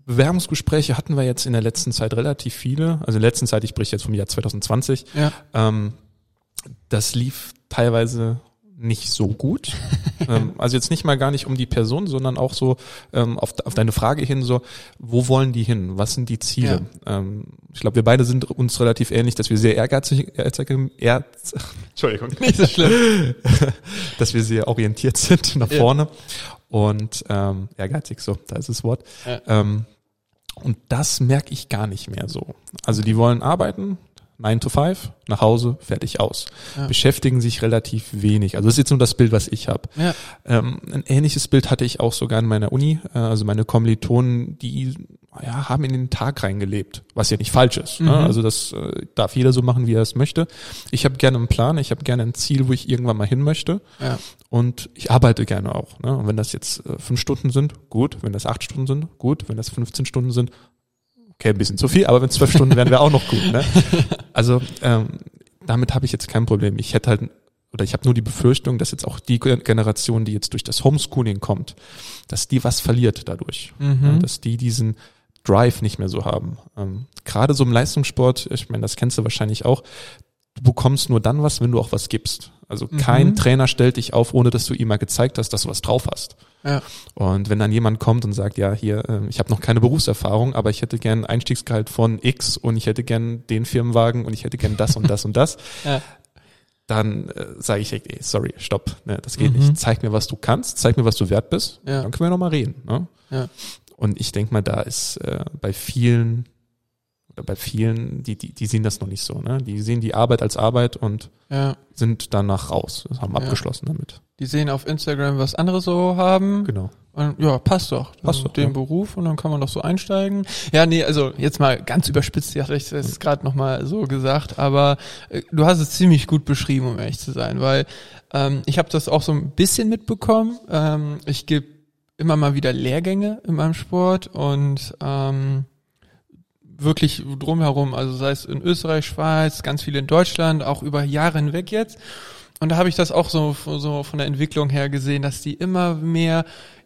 Bewerbungsgespräche hatten wir jetzt in der letzten Zeit relativ viele. Also in der letzten Zeit, ich spreche jetzt vom Jahr 2020. Ja. Das lief teilweise nicht so gut. Also jetzt nicht mal gar nicht um die Person, sondern auch so auf deine Frage hin, so, wo wollen die hin? Was sind die Ziele? Ja. Ich glaube, wir beide sind uns relativ ähnlich, dass wir sehr Entschuldigung. Nicht so schlimm. Dass wir sehr orientiert sind nach vorne und ehrgeizig, so, da ist das Wort. Ja. Und das merke ich gar nicht mehr so. Also die wollen arbeiten, 9 to 5, nach Hause, fertig, aus. Ja. Beschäftigen sich relativ wenig. Also das ist jetzt nur das Bild, was ich habe. Ja. Ein ähnliches Bild hatte ich auch sogar in meiner Uni. Also meine Kommilitonen, die haben in den Tag reingelebt, was ja nicht falsch ist. Ne? Also das darf jeder so machen, wie er es möchte. Ich habe gerne einen Plan, ich habe gerne ein Ziel, wo ich irgendwann mal hin möchte. Ja. Und ich arbeite gerne auch. Ne? Und wenn das jetzt 5 Stunden sind, gut. Wenn das 8 Stunden sind, gut. Wenn das 15 Stunden sind, okay, ein bisschen zu viel, aber wenn 12 Stunden wären, wäre auch noch gut. Ne? Also damit habe ich jetzt kein Problem. Ich habe nur die Befürchtung, dass jetzt auch die Generation, die jetzt durch das Homeschooling kommt, dass die was verliert dadurch. Dass die diesen Drive nicht mehr so haben. Gerade so im Leistungssport, ich meine, das kennst du wahrscheinlich auch, du bekommst nur dann was, wenn du auch was gibst. Also kein Trainer stellt dich auf, ohne dass du ihm mal gezeigt hast, dass du was drauf hast. Ja. Und wenn dann jemand kommt und sagt, ja, hier, ich habe noch keine Berufserfahrung, aber ich hätte gern ein Einstiegsgehalt von X und ich hätte gern den Firmenwagen und ich hätte gern das und das und das, dann sage ich, ey, sorry, stopp, ne, das geht nicht. Zeig mir, was du kannst, zeig mir, was du wert bist, dann können wir noch mal reden. Ne? Ja. Und ich denke mal, da ist bei vielen, die sehen das noch nicht so, ne? Die sehen die Arbeit als Arbeit und sind danach raus, haben abgeschlossen damit. Die sehen auf Instagram, was andere so haben. Genau. Und ja, passt doch. Passt doch, den Beruf und dann kann man doch so einsteigen. Ja, nee, also jetzt mal ganz überspitzt, ich hatte das gerade nochmal so gesagt, aber du hast es ziemlich gut beschrieben, um ehrlich zu sein, weil ich habe das auch so ein bisschen mitbekommen. Ich gebe immer mal wieder Lehrgänge in meinem Sport und wirklich drumherum, also sei es in Österreich, Schweiz, ganz viel in Deutschland, auch über Jahre hinweg jetzt. Und da habe ich das auch so von der Entwicklung her gesehen, dass die immer mehr,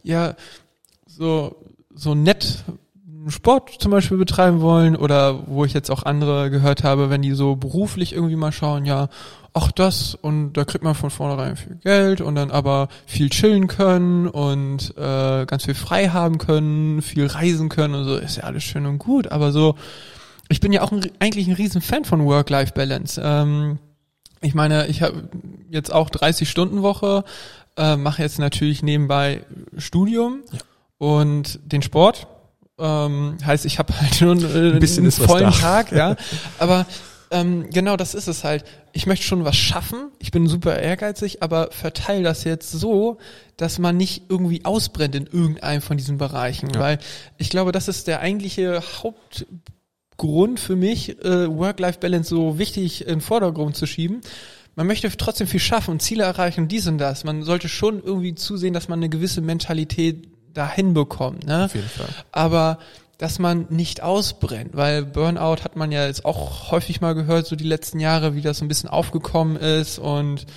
so nett Sport zum Beispiel betreiben wollen oder wo ich jetzt auch andere gehört habe, wenn die so beruflich irgendwie mal schauen, das und da kriegt man von vornherein viel Geld und dann aber viel chillen können und ganz viel frei haben können, viel reisen können und so, ist ja alles schön und gut, aber so, ich bin ja auch eigentlich ein riesen Fan von Work-Life-Balance. Ich meine, ich habe jetzt auch 30-Stunden-Woche, mache jetzt natürlich nebenbei Studium und den Sport. Heißt, ich habe halt schon einen vollen Tag, aber genau, das ist es halt. Ich möchte schon was schaffen, ich bin super ehrgeizig, aber verteile das jetzt so, dass man nicht irgendwie ausbrennt in irgendeinem von diesen Bereichen, weil ich glaube, das ist der eigentliche Hauptgrund für mich, Work-Life-Balance so wichtig in den Vordergrund zu schieben. Man möchte trotzdem viel schaffen und Ziele erreichen und dies und das. Man sollte schon irgendwie zusehen, dass man eine gewisse Mentalität dahin bekommt, ne? Auf jeden Fall. Aber dass man nicht ausbrennt, weil Burnout hat man ja jetzt auch häufig mal gehört, so die letzten Jahre, wie das so ein bisschen aufgekommen ist und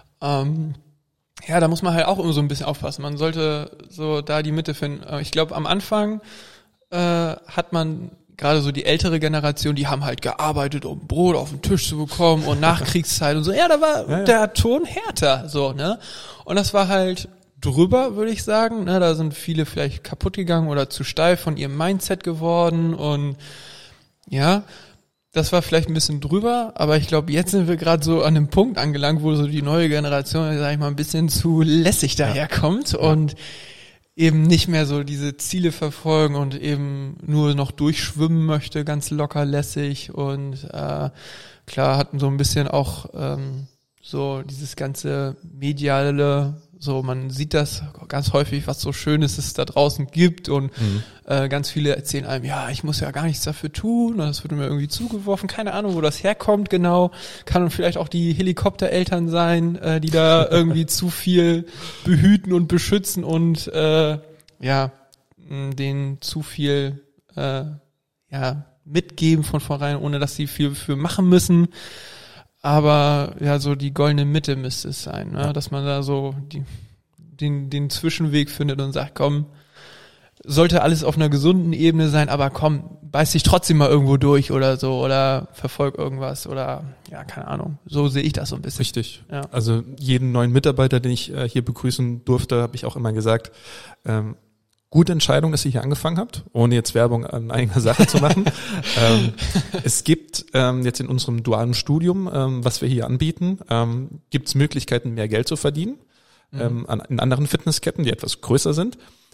da muss man halt auch immer so ein bisschen aufpassen. Man sollte so da die Mitte finden. Ich glaube, am Anfang hat man gerade so die ältere Generation, die haben halt gearbeitet, um Brot auf den Tisch zu bekommen und Nachkriegszeit und so. Ja, da war der Ton härter, so, ne? Und das war halt drüber, würde ich sagen. Ne? Da sind viele vielleicht kaputt gegangen oder zu steif von ihrem Mindset geworden und das war vielleicht ein bisschen drüber, aber ich glaube, jetzt sind wir gerade so an einem Punkt angelangt, wo so die neue Generation, sag ich mal, ein bisschen zu lässig daherkommt und eben nicht mehr so diese Ziele verfolgen und eben nur noch durchschwimmen möchte, ganz locker lässig und klar hatten so ein bisschen auch so dieses ganze mediale, so man sieht das ganz häufig, was so Schönes es da draußen gibt und ganz viele erzählen einem, ich muss ja gar nichts dafür tun, das wird mir irgendwie zugeworfen, keine Ahnung, wo das herkommt genau, kann vielleicht auch die Helikoptereltern sein, die da irgendwie zu viel behüten und beschützen und denen zu viel mitgeben von vornherein, ohne dass sie viel für machen müssen. Aber so die goldene Mitte müsste es sein, ne? Dass man da so den Zwischenweg findet und sagt, komm, sollte alles auf einer gesunden Ebene sein, aber komm, beiß dich trotzdem mal irgendwo durch oder so oder verfolg irgendwas oder ja, keine Ahnung. So sehe ich das so ein bisschen. Richtig. Ja. Also jeden neuen Mitarbeiter, den ich hier begrüßen durfte, habe ich auch immer gesagt, gute Entscheidung, dass ihr hier angefangen habt, ohne jetzt Werbung an eigener Sache zu machen. Es gibt jetzt in unserem dualen Studium, was wir hier anbieten, gibt es Möglichkeiten, mehr Geld zu verdienen, in anderen Fitnessketten, die etwas größer sind.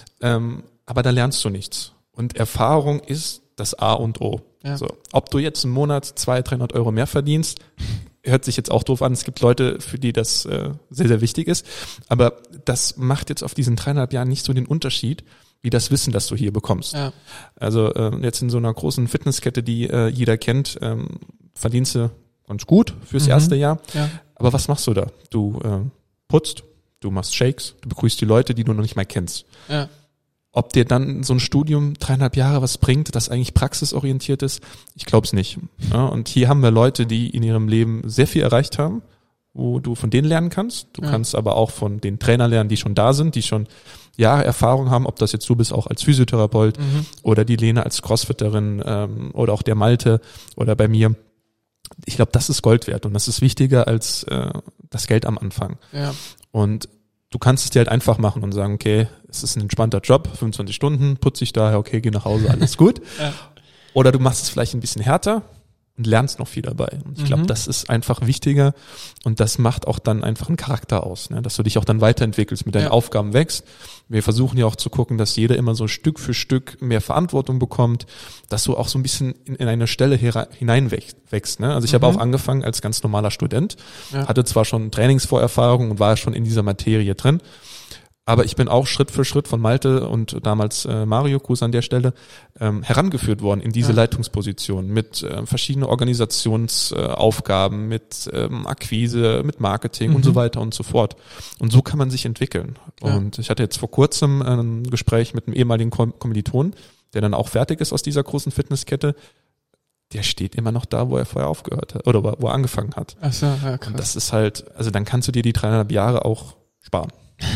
Aber da lernst du nichts. Und Erfahrung ist das A und O. Ja. So, ob du jetzt im Monat 200-300 Euro mehr verdienst, hört sich jetzt auch doof an. Es gibt Leute, für die das sehr, sehr wichtig ist. Aber das macht jetzt auf diesen 3,5 Jahren nicht so den Unterschied, wie das Wissen, das du hier bekommst. Ja. Also jetzt in so einer großen Fitnesskette, die jeder kennt, verdienst du ganz gut fürs erste Jahr. Ja. Aber was machst du da? Du putzt, du machst Shakes, du begrüßt die Leute, die du noch nicht mal kennst. Ja. Ob dir dann so ein Studium 3,5 Jahre was bringt, das eigentlich praxisorientiert ist, ich glaube es nicht. Ja, und hier haben wir Leute, die in ihrem Leben sehr viel erreicht haben, wo du von denen lernen kannst. Du kannst aber auch von den Trainern lernen, die schon da sind, die schon Jahre Erfahrung haben, ob das jetzt du bist auch als Physiotherapeut oder die Lena als Crossfitterin oder auch der Malte oder bei mir. Ich glaube, das ist Gold wert und das ist wichtiger als das Geld am Anfang. Ja. Und du kannst es dir halt einfach machen und sagen, okay, es ist ein entspannter Job, 25 Stunden, putze ich daher, okay, geh nach Hause, alles gut. Ja. Oder du machst es vielleicht ein bisschen härter und lernst noch viel dabei. Und ich glaube, das ist einfach wichtiger und das macht auch dann einfach einen Charakter aus, ne? Dass du dich auch dann weiterentwickelst, mit deinen Aufgaben wächst. Wir versuchen ja auch zu gucken, dass jeder immer so Stück für Stück mehr Verantwortung bekommt, dass du auch so ein bisschen in eine Stelle hineinwächst. Ne? Also ich habe auch angefangen als ganz normaler Student, hatte zwar schon Trainingsvorerfahrung und war schon in dieser Materie drin, aber ich bin auch Schritt für Schritt von Malte und damals Mario, Gruß an der Stelle, herangeführt worden in diese Leitungsposition mit verschiedenen Organisationsaufgaben, mit Akquise, mit Marketing und so weiter und so fort. Und so kann man sich entwickeln. Ja. Und ich hatte jetzt vor kurzem ein Gespräch mit einem ehemaligen Kommiliton, der dann auch fertig ist aus dieser großen Fitnesskette. Der steht immer noch da, wo er vorher aufgehört hat oder wo er angefangen hat. Ach so, ja, krass. Und das ist halt, also dann kannst du dir die 3,5 Jahre auch sparen.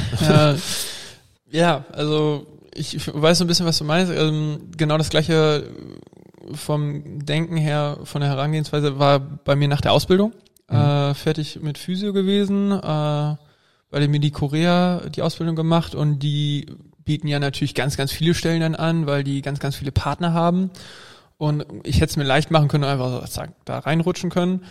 Ja, also ich weiß so ein bisschen, was du meinst. Genau das Gleiche vom Denken her, von der Herangehensweise war bei mir nach der Ausbildung. Fertig mit Physio gewesen, bei dem Medi Korea die Ausbildung gemacht und die bieten ja natürlich ganz, ganz viele Stellen dann an, weil die ganz, ganz viele Partner haben. Und ich hätte es mir leicht machen können, einfach so da reinrutschen können.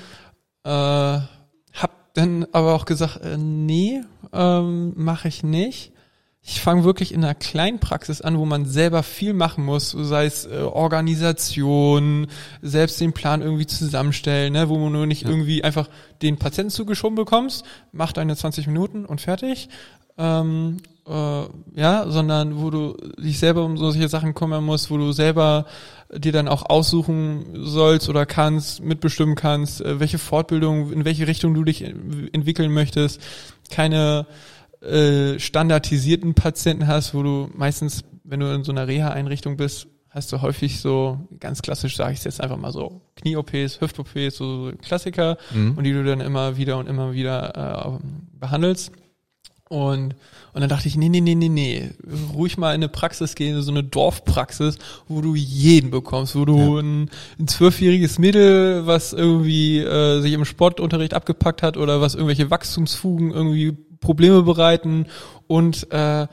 Dann aber auch gesagt, nee, mache ich nicht. Ich fange wirklich in einer kleinen Praxis an, wo man selber viel machen muss, sei es Organisation, selbst den Plan irgendwie zusammenstellen, ne, wo man nur nicht irgendwie einfach den Patienten zugeschoben bekommst, mach deine 20 Minuten und fertig, sondern wo du dich selber um solche Sachen kümmern musst, wo du selber dir dann auch aussuchen sollst oder kannst, mitbestimmen kannst, welche Fortbildung, in welche Richtung du dich entwickeln möchtest, keine standardisierten Patienten hast, wo du meistens, wenn du in so einer Reha-Einrichtung bist, hast du häufig so, ganz klassisch sage ich es jetzt einfach mal so, Knie-OPs, Hüft-OPs, so Klassiker und die du dann immer wieder behandelst. Und dann dachte ich, nee, ruhig mal in eine Praxis gehen, so eine Dorfpraxis, wo du jeden bekommst, wo du ein 12-jähriges Mädel, was irgendwie sich im Sportunterricht abgepackt hat oder was irgendwelche Wachstumsfugen irgendwie Probleme bereiten und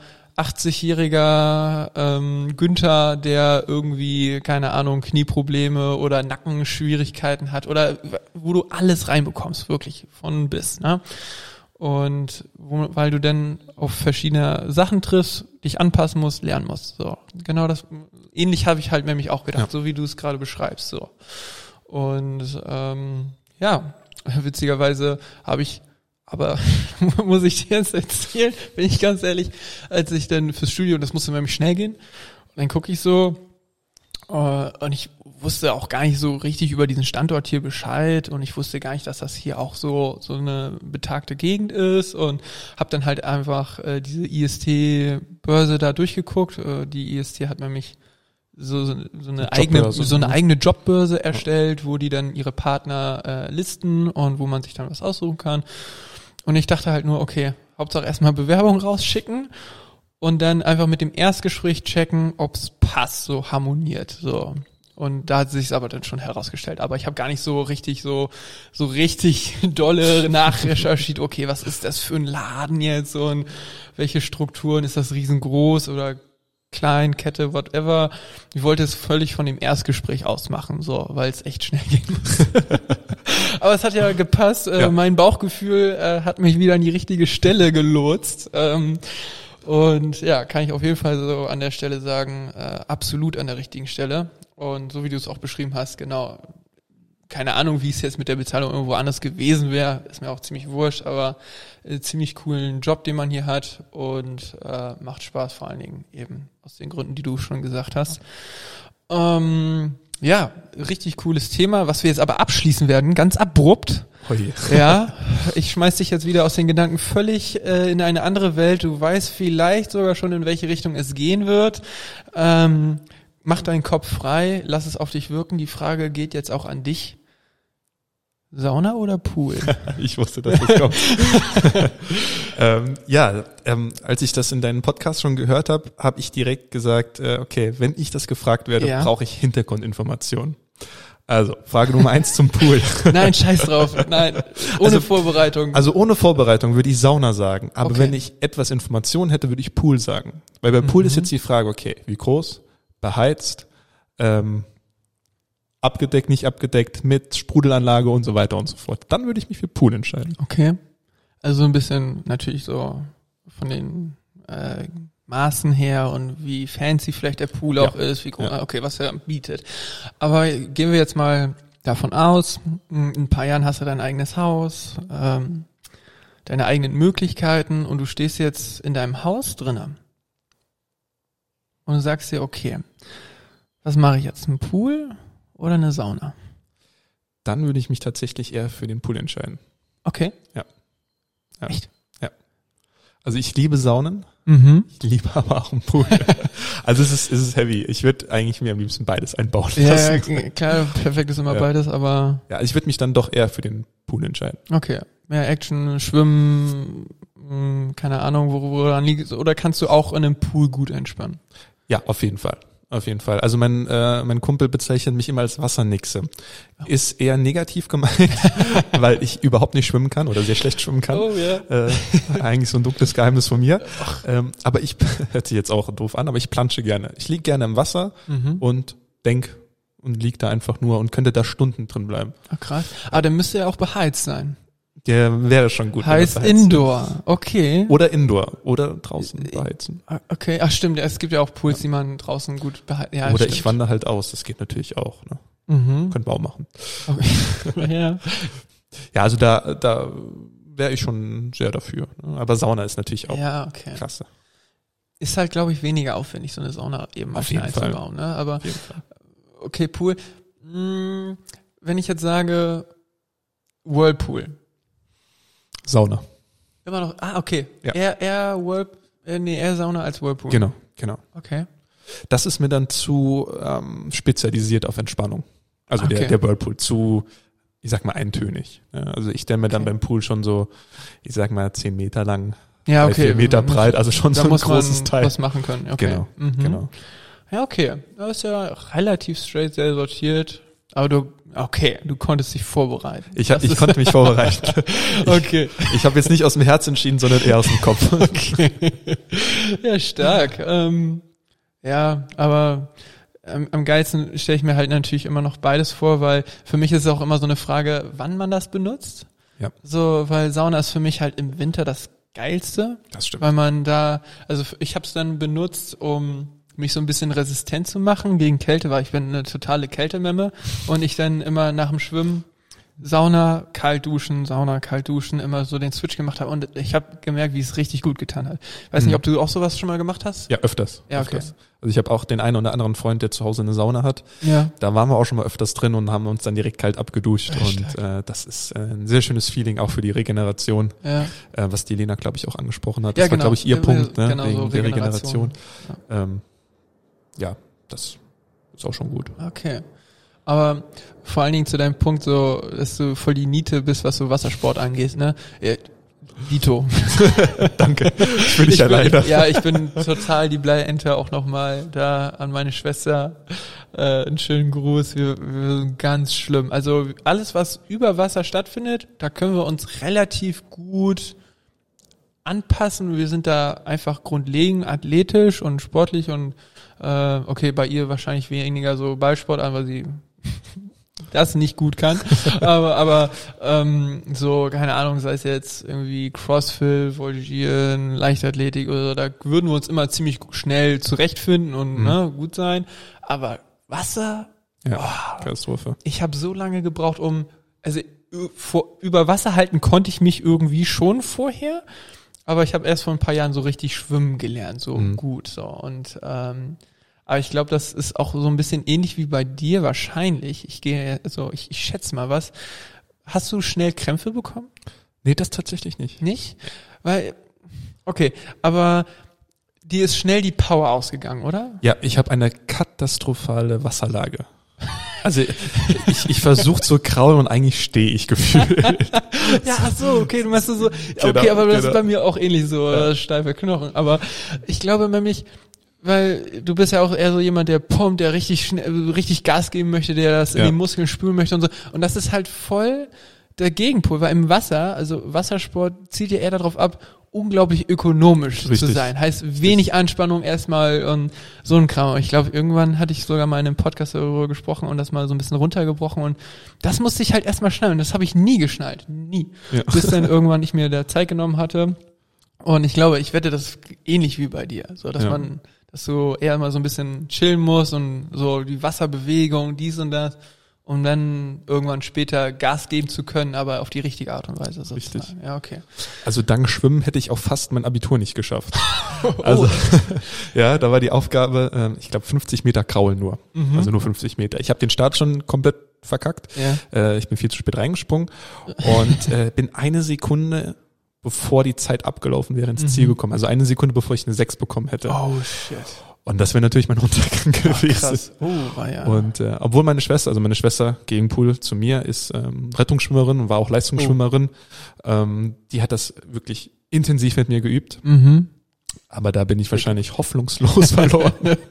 80-jähriger Günther, der irgendwie, keine Ahnung, Knieprobleme oder Nackenschwierigkeiten hat oder wo du alles reinbekommst, wirklich von bis, ne? Und weil du dann auf verschiedene Sachen triffst, dich anpassen musst, lernen musst. So, genau das. Ähnlich habe ich halt nämlich auch gedacht, so wie du es gerade beschreibst. So. Und witzigerweise habe ich, aber muss ich dir jetzt erzählen, bin ich ganz ehrlich, als ich dann fürs Studium, das musste nämlich schnell gehen, und dann gucke ich so und ich wusste auch gar nicht so richtig über diesen Standort hier Bescheid und ich wusste gar nicht, dass das hier auch so eine betagte Gegend ist und habe dann halt einfach diese IST-Börse da durchgeguckt. Die IST hat nämlich so eine eigene Jobbörse erstellt, wo die dann ihre Partner listen und wo man sich dann was aussuchen kann. Und ich dachte halt nur, okay, Hauptsache erstmal Bewerbung rausschicken und dann einfach mit dem Erstgespräch checken, ob's passt, so harmoniert, so. Und da hat sich's aber dann schon herausgestellt. Aber ich habe gar nicht so richtig dolle nachrecherchiert, okay, was ist das für ein Laden jetzt und welche Strukturen, ist das riesengroß oder klein, Kette, whatever. Ich wollte es völlig von dem Erstgespräch ausmachen, so, weil es echt schnell gehen muss. Aber es hat ja gepasst. Mein Bauchgefühl hat mich wieder an die richtige Stelle gelotst. Und ja, kann ich auf jeden Fall so an der Stelle sagen, absolut an der richtigen Stelle. Und so wie du es auch beschrieben hast, genau, keine Ahnung, wie es jetzt mit der Bezahlung irgendwo anders gewesen wäre, ist mir auch ziemlich wurscht, aber ziemlich coolen Job, den man hier hat und macht Spaß, vor allen Dingen eben aus den Gründen, die du schon gesagt hast. Ja, richtig cooles Thema, was wir jetzt aber abschließen werden, ganz abrupt. Oje. Ja, ich schmeiß dich jetzt wieder aus den Gedanken völlig in eine andere Welt. Du weißt vielleicht sogar schon, in welche Richtung es gehen wird. Mach deinen Kopf frei, lass es auf dich wirken. Die Frage geht jetzt auch an dich. Sauna oder Pool? Ich wusste, dass das kommt. Als ich das in deinem Podcast schon gehört habe, habe ich direkt gesagt, okay, wenn ich das gefragt werde, brauche ich Hintergrundinformationen. Also, Frage Nummer 1 zum Pool. Nein, scheiß drauf. Nein, ohne Vorbereitung. Also ohne Vorbereitung würde ich Sauna sagen. Aber wenn ich etwas Informationen hätte, würde ich Pool sagen. Weil bei Pool ist jetzt die Frage, okay, wie groß, beheizt, abgedeckt, nicht abgedeckt, mit Sprudelanlage und so weiter und so fort. Dann würde ich mich für Pool entscheiden. Okay. Also ein bisschen natürlich so von den Maßen her und wie fancy vielleicht der Pool auch ist, wie okay, was er bietet. Aber gehen wir jetzt mal davon aus, in ein paar Jahren hast du dein eigenes Haus, deine eigenen Möglichkeiten und du stehst jetzt in deinem Haus drinnen und du sagst dir, okay, was mache ich jetzt, ein Pool oder eine Sauna? Dann würde ich mich tatsächlich eher für den Pool entscheiden. Okay. Ja. Echt? Ja. Also ich liebe Saunen. Ich liebe aber auch einen Pool. Also es ist heavy. Ich würde eigentlich mir am liebsten beides einbauen lassen. Ja, klar, perfekt ist immer beides, aber... Ja, ich würde mich dann doch eher für den Pool entscheiden. Okay. Mehr Action, Schwimmen, keine Ahnung, woran liegt, oder kannst du auch in einem Pool gut entspannen? Ja, auf jeden Fall. Auf jeden Fall. Also mein Kumpel bezeichnet mich immer als Wassernixe. Ist eher negativ gemeint, weil ich überhaupt nicht schwimmen kann oder sehr schlecht schwimmen kann. Oh ja. Eigentlich so ein dunkles Geheimnis von mir. Aber ich, hört sich jetzt auch doof an, aber ich plansche gerne. Ich liege gerne im Wasser und denk und lieg da einfach nur und könnte da Stunden drin bleiben. Ach, krass. Aber dann müsste er auch beheizt sein. Der wäre schon gut. Heißt Indoor, okay. Oder Indoor oder draußen beheizen. Okay, ach stimmt, es gibt ja auch Pools, die man draußen gut beheizen. Ja, oder stimmt. ich wandere halt aus, das geht natürlich auch. Ne? Könnten wir auch machen. Okay. Ja. Ja, also da wäre ich schon sehr dafür. Ne? Aber Sauna ist natürlich auch klasse. Ist halt, glaube ich, weniger aufwendig, so eine Sauna eben auf jeden Fall einzubauen. Ne? Aber okay, Pool. Wenn ich jetzt sage Whirlpool. Sauna. Immer noch, okay. Ja. Eher Sauna als Whirlpool. Genau. Okay. Das ist mir dann zu spezialisiert auf Entspannung. Also der Whirlpool zu, ich sag mal, eintönig. Ja, also ich stelle mir dann beim Pool schon so, ich sag mal, 10 Meter lang, 4 Meter breit, also schon so ein großes Teil. Was machen können. Okay. Genau. Ja, okay. Das ist ja relativ straight, sehr sortiert. Aber du konntest dich vorbereiten. Ich konnte mich vorbereiten. Okay. Ich habe jetzt nicht aus dem Herz entschieden, sondern eher aus dem Kopf. Okay. Ja, stark. Aber am geilsten stelle ich mir halt natürlich immer noch beides vor, weil für mich ist es auch immer so eine Frage, wann man das benutzt. Ja. So, weil Sauna ist für mich halt im Winter das Geilste. Das stimmt. Weil man ich habe es dann benutzt, um mich so ein bisschen resistent zu machen gegen Kälte, weil ich bin eine totale Kältememme und ich dann immer nach dem Schwimmen Sauna, kalt duschen, immer so den Switch gemacht habe und ich habe gemerkt, wie es richtig gut getan hat. Weiß nicht, ob du auch sowas schon mal gemacht hast? Ja, öfters. Ja, okay. Öfters. Also ich habe auch den einen oder anderen Freund, der zu Hause eine Sauna hat. Ja. Da waren wir auch schon mal öfters drin und haben uns dann direkt kalt abgeduscht und das ist ein sehr schönes Feeling auch für die Regeneration, was die Lena, glaube ich, auch angesprochen hat. Das war, glaube ich, ihr Punkt, ne? Wegen so der Regeneration. Ja, das ist auch schon gut. Okay. Aber vor allen Dingen zu deinem Punkt so, dass du voll die Niete bist, was so Wassersport angeht, ne? Dito. Danke. Ich bin nicht alleine. Ich bin total die Bleiente, auch nochmal da an meine Schwester. Einen schönen Gruß. Wir sind ganz schlimm. Also alles, was über Wasser stattfindet, da können wir uns relativ gut anpassen. Wir sind da einfach grundlegend athletisch und sportlich und okay, bei ihr wahrscheinlich weniger so Ballsport an, weil sie das nicht gut kann, aber so, keine Ahnung, sei es jetzt irgendwie Crossfit, Voltigieren, Leichtathletik oder so, da würden wir uns immer ziemlich schnell zurechtfinden und gut sein, aber Wasser, Katastrophe. Ich habe so lange gebraucht, über Wasser halten konnte ich mich irgendwie schon vorher, aber ich habe erst vor ein paar Jahren so richtig schwimmen gelernt, so gut, so und aber ich glaube, das ist auch so ein bisschen ähnlich wie bei dir wahrscheinlich. Ich schätze mal was. Hast du schnell Krämpfe bekommen? Nee, das tatsächlich nicht. Nicht? Weil, okay, aber dir ist schnell die Power ausgegangen, oder? Ja, ich habe eine katastrophale Wasserlage. Also ich versuche zu kraulen und eigentlich stehe ich gefühlt. Ja, ach so, okay, du machst so. Okay, aber das ist bei mir auch ähnlich so, steife Knochen. Aber ich glaube nämlich, weil du bist ja auch eher so jemand, der pumpt, der richtig schnell, richtig Gas geben möchte, der das in die Muskeln spüren möchte und so. Und das ist halt voll der Gegenpol, weil im Wasser, also Wassersport zielt ja eher darauf ab, unglaublich ökonomisch zu sein. Heißt wenig Anspannung erstmal und so ein Kram. Ich glaube, irgendwann hatte ich sogar mal in einem Podcast darüber gesprochen und das mal so ein bisschen runtergebrochen und das musste ich halt erstmal schnallen. Das habe ich nie geschnallt. Nie. Ja. Bis dann irgendwann ich mir da Zeit genommen hatte. Und ich glaube, ich wette, das ist ähnlich wie bei dir. So, dass du eher mal so ein bisschen chillen musst und so die Wasserbewegung, dies und das, um dann irgendwann später Gas geben zu können, aber auf die richtige Art und Weise sozusagen. Richtig. Ja, okay. Also dank Schwimmen hätte ich auch fast mein Abitur nicht geschafft. Also ja, da war die Aufgabe, ich glaube 50 Meter kraulen nur. Also nur 50 Meter. Ich habe den Start schon komplett verkackt. Ja. Ich bin viel zu spät reingesprungen und bin eine Sekunde bevor die Zeit abgelaufen wäre, ins Ziel gekommen. Also eine Sekunde, bevor ich eine 6 bekommen hätte. Oh, shit. Und das wäre natürlich mein Untergang gewesen. Krass. Ja. Und obwohl meine Schwester, Gegenpool zu mir, ist Rettungsschwimmerin und war auch Leistungsschwimmerin, die hat das wirklich intensiv mit mir geübt. Aber da bin ich wahrscheinlich hoffnungslos verloren.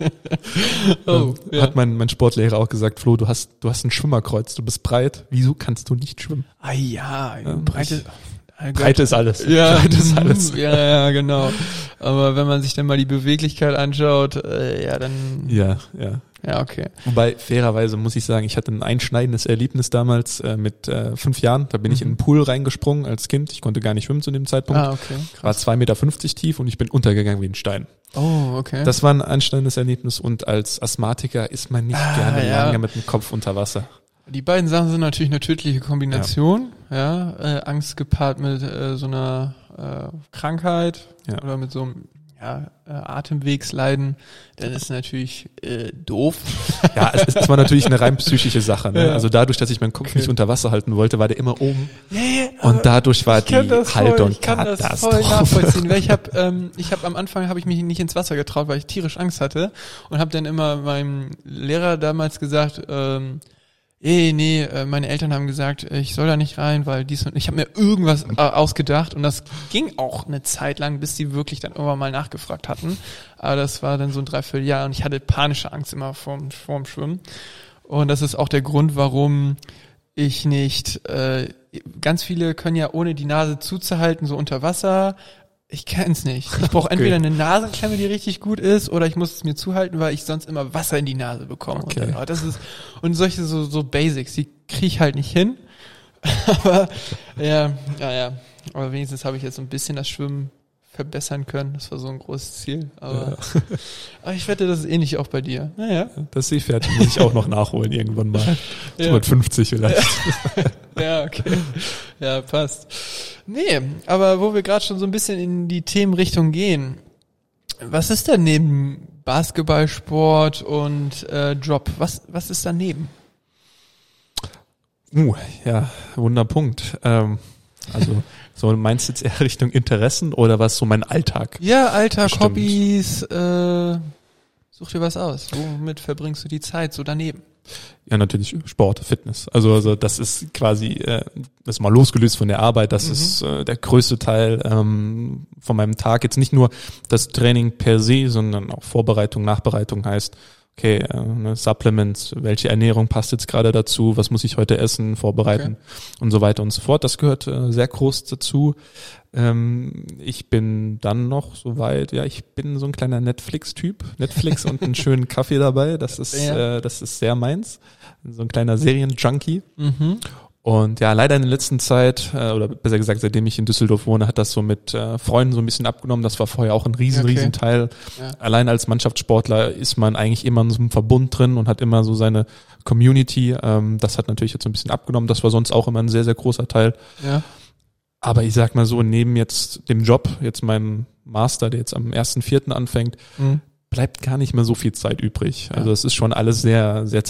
Hat mein Sportlehrer auch gesagt, Flo, du hast ein Schwimmerkreuz, du bist breit, wieso kannst du nicht schwimmen? Ah ja, Breite ist alles. Ja, Breite ist alles. Ja, genau. Aber wenn man sich dann mal die Beweglichkeit anschaut, dann. Ja, okay. Wobei, fairerweise muss ich sagen, ich hatte ein einschneidendes Erlebnis damals mit 5 Jahren. Da bin ich in den Pool reingesprungen als Kind. Ich konnte gar nicht schwimmen zu dem Zeitpunkt. Ah, okay. Krass. War 2,50 Meter tief und ich bin untergegangen wie ein Stein. Oh, okay. Das war ein einschneidendes Erlebnis und als Asthmatiker ist man nicht gerne lange mit dem Kopf unter Wasser. Die beiden Sachen sind natürlich eine tödliche Kombination, Angst gepaart mit so einer Krankheit oder mit so einem Atemwegsleiden, dann ist natürlich doof. Ja, es war natürlich eine rein psychische Sache. Ne? Ja. Also dadurch, dass ich meinen Kopf nicht unter Wasser halten wollte, war der immer oben. Und dadurch war die Haltung Ich kann das voll nachvollziehen, weil ich habe am Anfang habe ich mich nicht ins Wasser getraut, weil ich tierisch Angst hatte und habe dann immer meinem Lehrer damals gesagt, meine Eltern haben gesagt, ich soll da nicht rein, weil dies und ich habe mir irgendwas ausgedacht und das ging auch eine Zeit lang, bis die wirklich dann irgendwann mal nachgefragt hatten. Aber das war dann so ein Dreivierteljahr und ich hatte panische Angst immer vorm Schwimmen. Und das ist auch der Grund, warum ich nicht, ganz viele können ja ohne die Nase zuzuhalten, so unter Wasser. Ich kenn's nicht. Ich brauche entweder eine Nasenklemme, die richtig gut ist, oder ich muss es mir zuhalten, weil ich sonst immer Wasser in die Nase bekomme. Okay. Und solche so Basics, die kriege ich halt nicht hin. Aber aber wenigstens habe ich jetzt so ein bisschen das Schwimmen verbessern können. Das war so ein großes Ziel. Aber ich wette, das ist ähnlich auch bei dir. Naja. Das Seepferd muss ich auch noch nachholen irgendwann mal. So mit 50 vielleicht. Ja, okay. Ja, passt. Nee, aber wo wir gerade schon so ein bisschen in die Themenrichtung gehen, was ist denn neben Basketballsport und Job? Was ist daneben? Ja, Wunderpunkt. Also so meinst du jetzt eher Richtung Interessen oder was so mein Alltag? Ja, Alltag, bestimmt. Hobbys, such dir was aus. Womit verbringst du die Zeit so daneben? Ja, natürlich Sport, Fitness. Also das ist quasi, das ist mal losgelöst von der Arbeit, das ist der größte Teil von meinem Tag. Jetzt nicht nur das Training per se, sondern auch Vorbereitung, Nachbereitung heißt, okay, Supplements, welche Ernährung passt jetzt gerade dazu, was muss ich heute essen, vorbereiten und so weiter und so fort. Das gehört sehr groß dazu. Ich bin dann noch soweit, ich bin so ein kleiner Netflix-Typ. Netflix und einen schönen Kaffee dabei, das ist sehr meins. So ein kleiner Serien-Junkie. Und ja, leider in der letzten Zeit, oder besser gesagt, seitdem ich in Düsseldorf wohne, hat das so mit Freunden so ein bisschen abgenommen. Das war vorher auch ein riesen Teil. Ja. Allein als Mannschaftssportler ist man eigentlich immer in so einem Verbund drin und hat immer so seine Community. Das hat natürlich jetzt so ein bisschen abgenommen. Das war sonst auch immer ein sehr, sehr großer Teil. Ja. Aber ich sag mal so, neben jetzt dem Job, jetzt meinem Master, der jetzt am 1.4. anfängt, bleibt gar nicht mehr so viel Zeit übrig. Also es ist schon alles sehr, sehr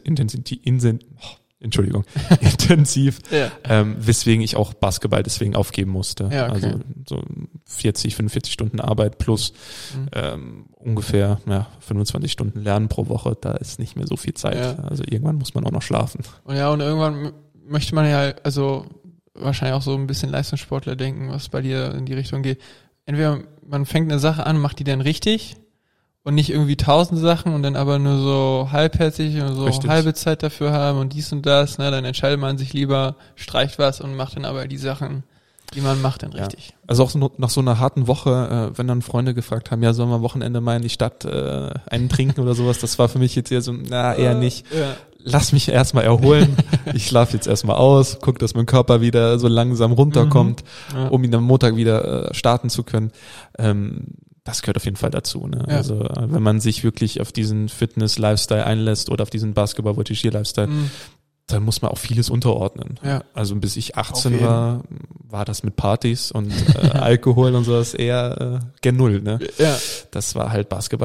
intensiv, weswegen ich auch Basketball deswegen aufgeben musste. Ja, okay. Also so 40, 45 Stunden Arbeit plus ungefähr 25 Stunden Lernen pro Woche, da ist nicht mehr so viel Zeit. Ja. Also irgendwann muss man auch noch schlafen. Und irgendwann möchte man wahrscheinlich auch so ein bisschen Leistungssportler denken, was bei dir in die Richtung geht. Entweder man fängt eine Sache an, macht die dann richtig und nicht irgendwie 1000 Sachen und dann aber nur so halbherzig und so halbe Zeit dafür haben und dies und das, ne, dann entscheidet man sich lieber, streicht was und macht dann aber die Sachen, die man macht, dann richtig. Also auch so, nach so einer harten Woche, wenn dann Freunde gefragt haben, sollen wir am Wochenende mal in die Stadt einen trinken oder sowas, das war für mich jetzt eher so, eher nicht. Ja. Lass mich erstmal erholen. Ich schlafe jetzt erstmal aus, guck, dass mein Körper wieder so langsam runterkommt, um ihn am Montag wieder starten zu können. Das gehört auf jeden Fall dazu. Ne? Ja. Also wenn man sich wirklich auf diesen Fitness-Lifestyle einlässt oder auf diesen Basketball-Voltigeur-Lifestyle, dann muss man auch vieles unterordnen. Ja. Also bis ich 18 war das mit Partys und Alkohol und sowas eher gen Null. Ne? Ja. Das war halt Basketball.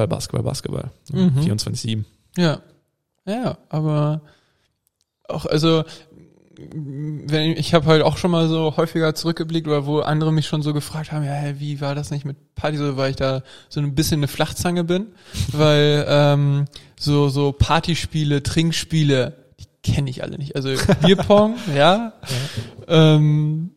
24/7. Ja. Ja, aber auch, also ich habe halt auch schon mal so häufiger zurückgeblickt, oder wo andere mich schon so gefragt haben, wie war das nicht mit Party, so, weil ich da so ein bisschen eine Flachzange bin, weil so Partyspiele, Trinkspiele, die kenne ich alle nicht. Also Bierpong, ja. 1,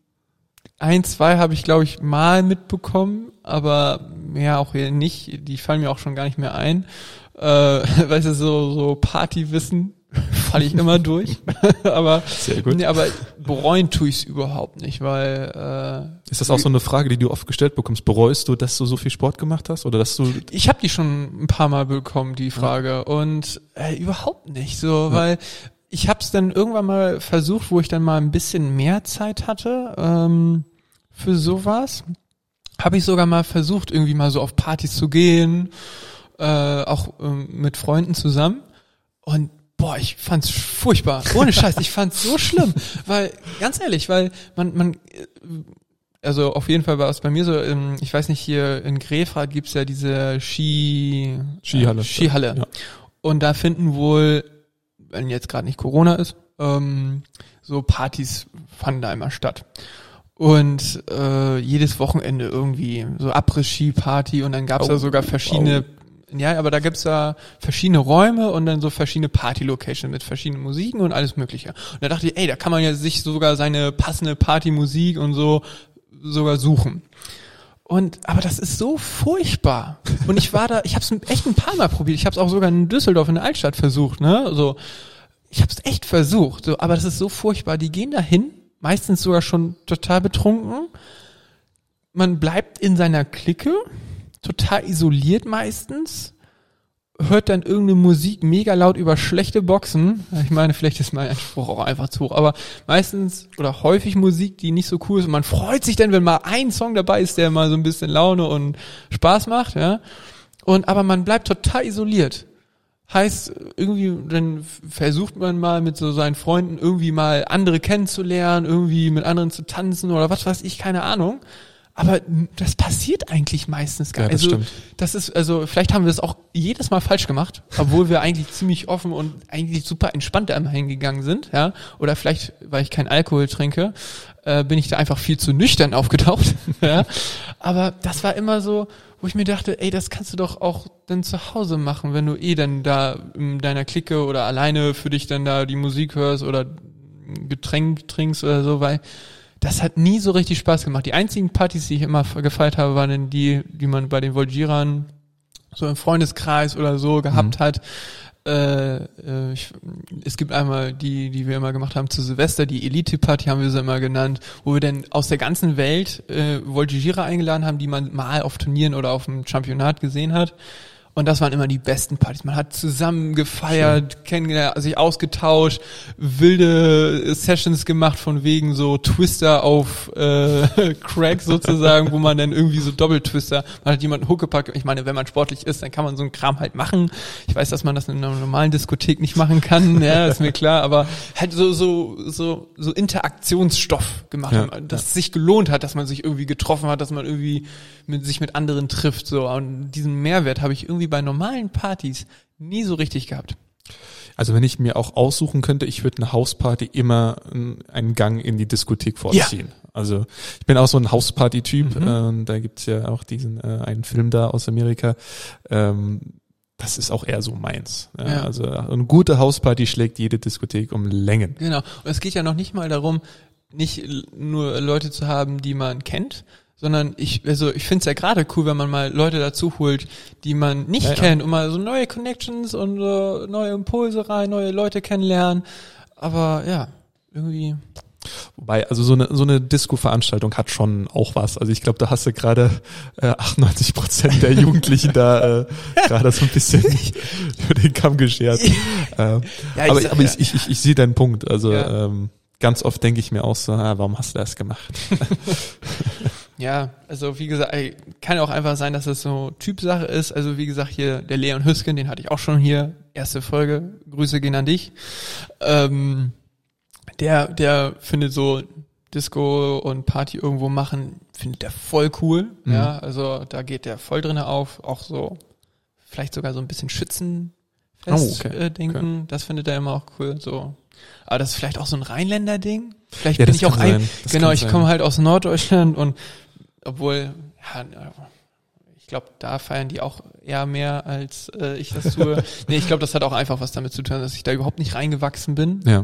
2 habe ich, glaube ich, mal mitbekommen, aber auch hier nicht, die fallen mir auch schon gar nicht mehr ein. Weißt du, so Partywissen falle ich immer durch. Aber sehr gut. Nee, aber bereuen tue ich es überhaupt nicht, weil ist das auch so eine Frage, die du oft gestellt bekommst? Bereust du, dass du so viel Sport gemacht hast? Oder dass du Ich habe die schon ein paar Mal bekommen, die Frage. Und überhaupt nicht so, weil ich habe es dann irgendwann mal versucht, wo ich dann mal ein bisschen mehr Zeit hatte für sowas. Habe ich sogar mal versucht, irgendwie mal so auf Partys zu gehen, auch mit Freunden zusammen. Und ich fand's furchtbar. Ohne Scheiß, ich fand's so schlimm. Weil, ganz ehrlich, weil man also auf jeden Fall war es bei mir so, ich weiß nicht, hier in Grefrath gibt's ja diese Skihalle. Ja. Und da finden wohl, wenn jetzt gerade nicht Corona ist, so Partys fanden da immer statt. Und jedes Wochenende irgendwie so Abriss-Ski-Party und dann gab's da sogar verschiedene aber da gibt's da verschiedene Räume und dann so verschiedene Party-Locations mit verschiedenen Musiken und alles mögliche. Und da dachte ich, da kann man ja sich sogar seine passende Party-Musik und so sogar suchen. Aber das ist so furchtbar. Und ich hab's echt ein paar Mal probiert. Ich hab's auch sogar in Düsseldorf in der Altstadt versucht, ne? So, ich hab's echt versucht, so, aber das ist so furchtbar. Die gehen dahin, meistens sogar schon total betrunken. Man bleibt in seiner Clique, total isoliert meistens, hört dann irgendeine Musik mega laut über schlechte Boxen. Ich meine, vielleicht ist mein Anspruch auch einfach zu hoch, aber meistens oder häufig Musik, die nicht so cool ist. Und man freut sich dann, wenn mal ein Song dabei ist, der mal so ein bisschen Laune und Spaß macht, ja. Aber man bleibt total isoliert. Heißt, irgendwie, dann versucht man mal mit so seinen Freunden irgendwie mal andere kennenzulernen, irgendwie mit anderen zu tanzen oder was weiß ich, keine Ahnung. Aber das passiert eigentlich meistens gar nicht. Ja, das ist, vielleicht haben wir es auch jedes Mal falsch gemacht, obwohl wir eigentlich ziemlich offen und eigentlich super entspannt da immer hingegangen sind, ja. Oder vielleicht, weil ich keinen Alkohol trinke, bin ich da einfach viel zu nüchtern aufgetaucht, ja. Aber das war immer so, wo ich mir dachte, ey, das kannst du doch auch dann zu Hause machen, wenn du dann da in deiner Clique oder alleine für dich dann da die Musik hörst oder ein Getränk trinkst oder so, weil das hat nie so richtig Spaß gemacht. Die einzigen Partys, die ich immer gefeiert habe, waren dann die man bei den Volgierern so im Freundeskreis oder so gehabt hat. Es gibt einmal die wir immer gemacht haben zu Silvester, die Elite-Party haben wir sie immer genannt, wo wir dann aus der ganzen Welt Voltigierer eingeladen haben, die man mal auf Turnieren oder auf dem Championat gesehen hat. Und das waren immer die besten Partys. Man hat zusammen gefeiert, kennengelernt, sich ausgetauscht, wilde Sessions gemacht von wegen so Twister auf Crack sozusagen, wo man dann irgendwie so Doppeltwister, man hat jemanden Huckepack. Ich meine, wenn man sportlich ist, dann kann man so einen Kram halt machen. Ich weiß, dass man das in einer normalen Diskothek nicht machen kann, ja, ist mir klar, aber halt so Interaktionsstoff gemacht, dass es sich gelohnt hat, dass man sich irgendwie getroffen hat, dass man irgendwie sich mit anderen trifft, so. Und diesen Mehrwert habe ich irgendwie bei normalen Partys nie so richtig gehabt. Also wenn ich mir auch aussuchen könnte, ich würde eine Hausparty immer einen Gang in die Diskothek vorziehen. Ja. Also ich bin auch so ein Hausparty-Typ. Da gibt's ja auch diesen einen Film da aus Amerika. Das ist auch eher so meins. Ja. Also eine gute Hausparty schlägt jede Diskothek um Längen. Genau. Und es geht ja noch nicht mal darum, nicht nur Leute zu haben, die man kennt, sondern ich finde es ja gerade cool, wenn man mal Leute dazu holt, die man nicht kennt, und mal so neue Connections und neue Impulse rein, neue Leute kennenlernen. Aber ja, irgendwie. Wobei, also so eine Disco-Veranstaltung hat schon auch was. Also ich glaube, da hast du gerade 98% der Jugendlichen da gerade so ein bisschen über den Kamm geschert. Ich sehe deinen Punkt. Also ganz oft denke ich mir auch so, warum hast du das gemacht? Ja, also wie gesagt, kann ja auch einfach sein, dass es so Typsache ist. Also wie gesagt, hier der Leon Hüsken, den hatte ich auch schon hier, erste Folge, Grüße gehen an dich. Der findet so Disco und Party irgendwo machen, findet der voll cool. Ja, also da geht der voll drinne auf, auch so vielleicht sogar so ein bisschen Schützenfest denken. Das findet er immer auch cool. So. Aber das ist vielleicht auch so ein Rheinländer-Ding. Vielleicht bin ich auch ich komme halt aus Norddeutschland und obwohl, ich glaube, da feiern die auch eher mehr, als ich das tue. Nee, ich glaube, das hat auch einfach was damit zu tun, dass ich da überhaupt nicht reingewachsen bin. Ja.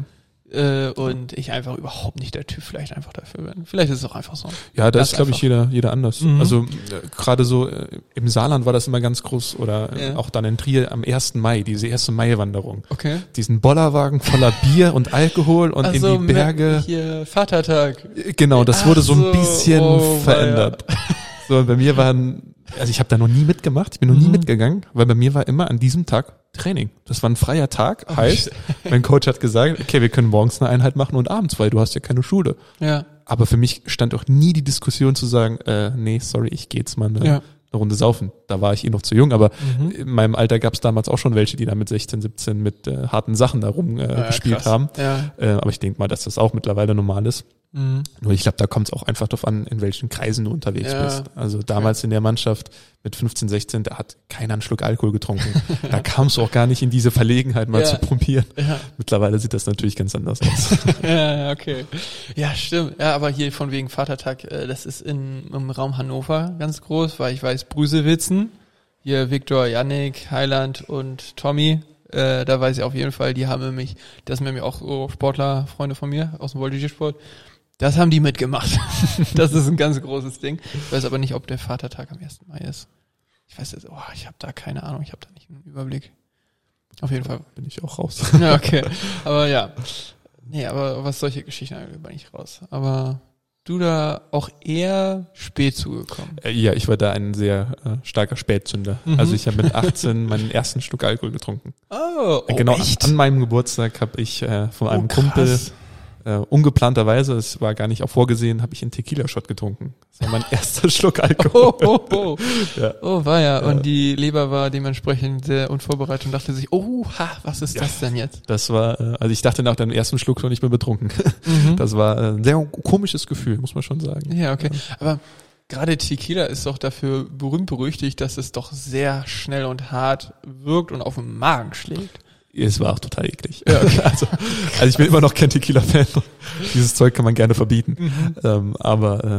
Und ich einfach überhaupt nicht der Typ vielleicht einfach dafür bin. Vielleicht ist es auch einfach so. Ja, da ist, glaube ich, jeder anders. Also gerade so im Saarland war das immer ganz groß oder auch dann in Trier am 1. Mai, diese 1. Mai-Wanderung. Okay. Diesen Bollerwagen voller Bier und Alkohol und in die Berge. Hier Vatertag. Genau, das wurde so ein bisschen verändert. So, bei mir also ich habe da noch nie mitgemacht, ich bin noch nie mitgegangen, weil bei mir war immer an diesem Tag Training. Das war ein freier Tag, heißt, mein Coach hat gesagt, okay, wir können morgens eine Einheit machen und abends, weil du hast ja keine Schule. Ja. Aber für mich stand auch nie die Diskussion zu sagen, nee, sorry, ich gehe jetzt mal eine Runde saufen. Da war ich noch zu jung, aber in meinem Alter gab es damals auch schon welche, die da mit 16, 17 mit harten Sachen da gespielt haben. Ja. Aber ich denke mal, dass das auch mittlerweile normal ist. Nur ich glaube, da kommt es auch einfach darauf an, in welchen Kreisen du unterwegs bist. Also damals in der Mannschaft mit 15, 16, da hat keiner einen Schluck Alkohol getrunken. Da kamst du auch gar nicht in diese Verlegenheit mal zu probieren. Ja. Mittlerweile sieht das natürlich ganz anders aus. Ja, okay. Ja, stimmt. Ja, aber hier von wegen Vatertag, das ist im Raum Hannover ganz groß, weil ich weiß, Brüsewitzen, hier Viktor, Yannick, Heiland und Tommy, da weiß ich auf jeden Fall, die haben nämlich, das sind nämlich auch so Sportler, Freunde von mir aus dem Voltigiersport. Das haben die mitgemacht. Das ist ein ganz großes Ding. Ich weiß aber nicht, ob der Vatertag am 1. Mai ist. Ich weiß jetzt, ich habe da keine Ahnung, ich habe da nicht einen Überblick. Auf jeden Fall. Bin ich auch raus. Ja, okay. Aber ja. Nee, aber was solche Geschichten angeht, bin ich raus. Aber du da auch eher spät zugekommen? Ja, ich war da ein sehr starker Spätzünder. Also ich habe mit 18 meinen ersten Schluck Alkohol getrunken. Oh, genau, echt? An meinem Geburtstag habe ich von einem Kumpel ungeplanterweise, es war gar nicht auch vorgesehen, habe ich einen Tequila-Shot getrunken. Das war mein erster Schluck Alkohol. Ja. War ja. Und die Leber war dementsprechend sehr unvorbereitet und dachte sich, was ist das denn jetzt? Das war, also ich dachte nach dem ersten Schluck schon nicht mehr betrunken. Das war ein sehr komisches Gefühl, muss man schon sagen. Ja, okay. Aber gerade Tequila ist doch dafür berühmt berüchtigt, dass es doch sehr schnell und hart wirkt und auf den Magen schlägt. Es war auch total eklig. Ja, okay. Also ich bin immer noch kein Tequila-Fan. Dieses Zeug kann man gerne verbieten. Aber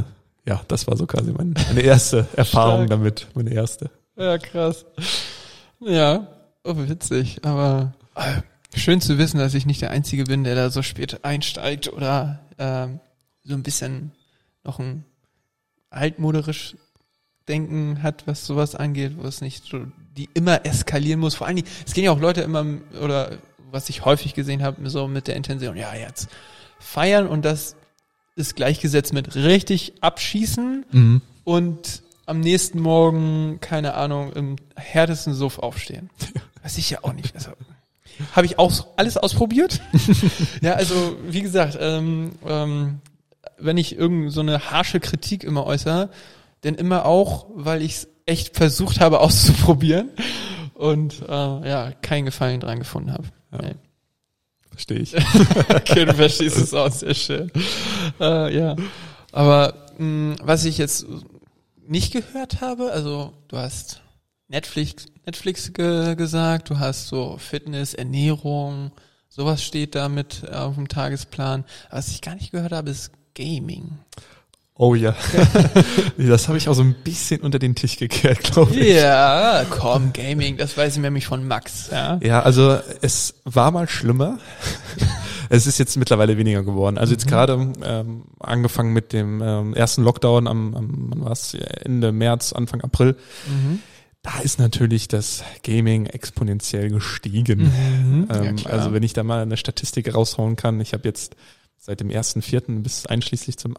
Ja, das war so quasi meine erste Erfahrung Stark. damit, meine erste. Ja, krass. Ja, witzig, aber schön zu wissen, dass ich nicht der Einzige bin, der da so spät einsteigt oder so ein bisschen noch ein altmoderisch Denken hat, was sowas angeht, wo es nicht so, die immer eskalieren muss. Vor allen Dingen, es gehen ja auch Leute immer, oder was ich häufig gesehen habe, so mit der Intention, ja, jetzt feiern und das ist gleichgesetzt mit richtig abschießen und am nächsten Morgen, keine Ahnung, im härtesten Suff aufstehen. Weiß ich ja auch nicht. Also, habe ich auch alles ausprobiert. Ja, also wie gesagt, wenn ich irgend so eine harsche Kritik immer äußere, denn immer auch, weil ich es echt versucht habe auszuprobieren und keinen Gefallen dran gefunden habe. Ja. Nee. Verstehe ich. Okay, du verstehst es auch sehr schön. Ja, aber was ich jetzt nicht gehört habe, also du hast Netflix gesagt, du hast so Fitness, Ernährung, sowas steht da mit auf dem Tagesplan. Was ich gar nicht gehört habe, ist Gaming. Oh ja, das habe ich auch so ein bisschen unter den Tisch gekehrt, glaube ich. Ja, komm, Gaming, das weiß ich nämlich von Max. Ja, Also es war mal schlimmer. Es ist jetzt mittlerweile weniger geworden. Also jetzt gerade angefangen mit dem ersten Lockdown wann war's? Ende März, Anfang April. Da ist natürlich das Gaming exponentiell gestiegen. Also wenn ich da mal eine Statistik raushauen kann, ich habe jetzt seit dem 1.4. bis einschließlich zum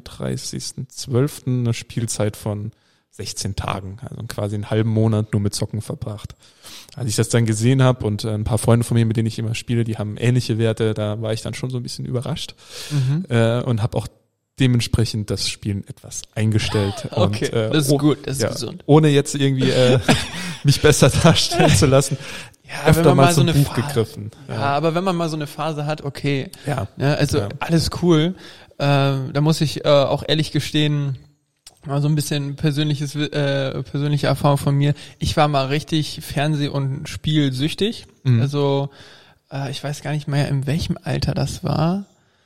31.12. eine Spielzeit von 16 Tagen, also quasi einen halben Monat nur mit Zocken verbracht. Als ich das dann gesehen habe und ein paar Freunde von mir, mit denen ich immer spiele, die haben ähnliche Werte, da war ich dann schon so ein bisschen überrascht und habe auch dementsprechend das Spielen etwas eingestellt. Okay, und, das ist gut, das ist gesund. Ohne jetzt irgendwie mich besser darstellen zu lassen. Ja, öfter wenn man mal so zum eine Buch Phase, gegriffen. Ja, aber wenn man mal so eine Phase hat, okay. Ja. Also alles cool. Da muss ich auch ehrlich gestehen, mal so ein bisschen persönliche Erfahrung von mir. Ich war mal richtig Fernseh- und Spielsüchtig. Also ich weiß gar nicht mehr, in welchem Alter das war.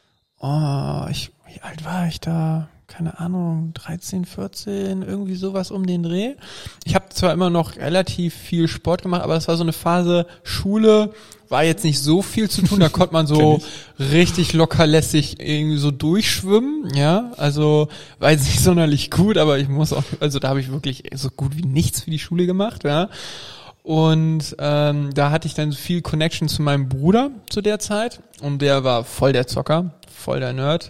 Wie alt war ich da? Keine Ahnung, 13, 14, irgendwie sowas um den Dreh. Ich habe zwar immer noch relativ viel Sport gemacht, aber das war so eine Phase, Schule war jetzt nicht so viel zu tun, da konnte man so richtig lockerlässig irgendwie so durchschwimmen, ja, also war jetzt nicht sonderlich gut, aber ich muss auch, also da habe ich wirklich so gut wie nichts für die Schule gemacht, ja. Und da hatte ich dann viel Connection zu meinem Bruder zu der Zeit und der war voll der Zocker, voll der Nerd.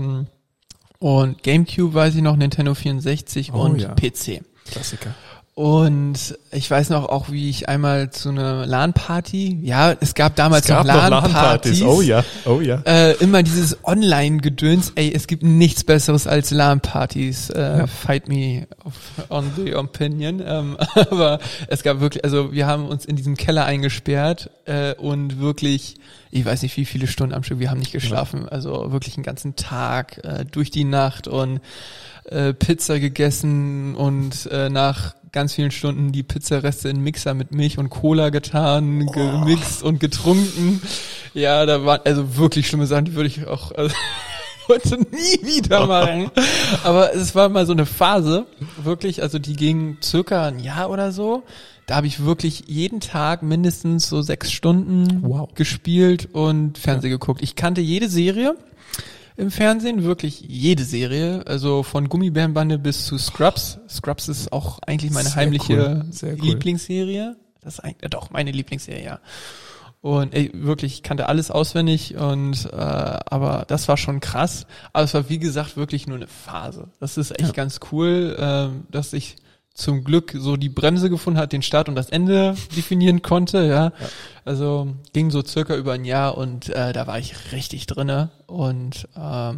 Und Gamecube weiß ich noch, Nintendo 64 und PC. Klassiker. Und ich weiß noch auch, wie ich einmal zu einer LAN-Party, es gab damals noch LAN-Partys. Oh ja. Immer dieses Online-Gedöns, es gibt nichts Besseres als LAN-Partys. Fight me on the opinion. Aber es gab wirklich, also wir haben uns in diesem Keller eingesperrt und wirklich, ich weiß nicht wie viele Stunden am Stück, wir haben nicht geschlafen. Also wirklich einen ganzen Tag durch die Nacht und Pizza gegessen und nach ganz vielen Stunden die Pizzareste in Mixer mit Milch und Cola getan, gemixt und getrunken. Ja, da waren also wirklich schlimme Sachen, die würde ich auch heute nie wieder machen. Aber es war mal so eine Phase, wirklich, also die ging circa ein Jahr oder so. Da habe ich wirklich jeden Tag mindestens so 6 Stunden gespielt und Fernsehen geguckt. Ich kannte jede Serie im Fernsehen, wirklich jede Serie, also von Gummibärenbande bis zu Scrubs. Scrubs ist auch eigentlich meine heimliche Lieblingsserie. Das ist eigentlich doch meine Lieblingsserie, ja. Und wirklich, ich kannte alles auswendig und aber das war schon krass. Aber es war wie gesagt wirklich nur eine Phase. Das ist echt ganz cool, dass ich zum Glück so die Bremse gefunden hat, den Start und das Ende definieren konnte, ja. Also ging so circa über ein Jahr und da war ich richtig drinne und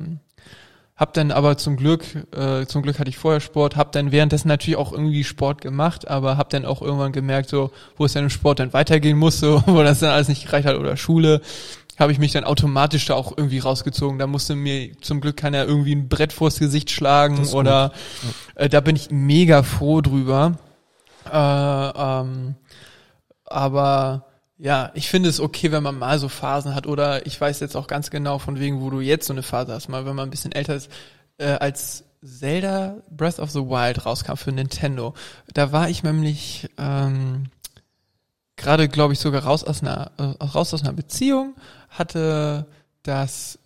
hab dann aber zum Glück hatte ich vorher Sport, hab dann währenddessen natürlich auch irgendwie Sport gemacht, aber hab dann auch irgendwann gemerkt, so wo es dann im Sport dann weitergehen musste, wo das dann alles nicht gereicht hat oder Schule, habe ich mich dann automatisch da auch irgendwie rausgezogen. Da musste mir zum Glück keiner irgendwie ein Brett vors Gesicht schlagen oder da bin ich mega froh drüber. Aber ja, ich finde es okay, wenn man mal so Phasen hat oder ich weiß jetzt auch ganz genau von wegen, wo du jetzt so eine Phase hast, mal wenn man ein bisschen älter ist, als Zelda Breath of the Wild rauskam für Nintendo. Da war ich nämlich gerade, glaube ich, sogar raus aus einer Beziehung, hatte das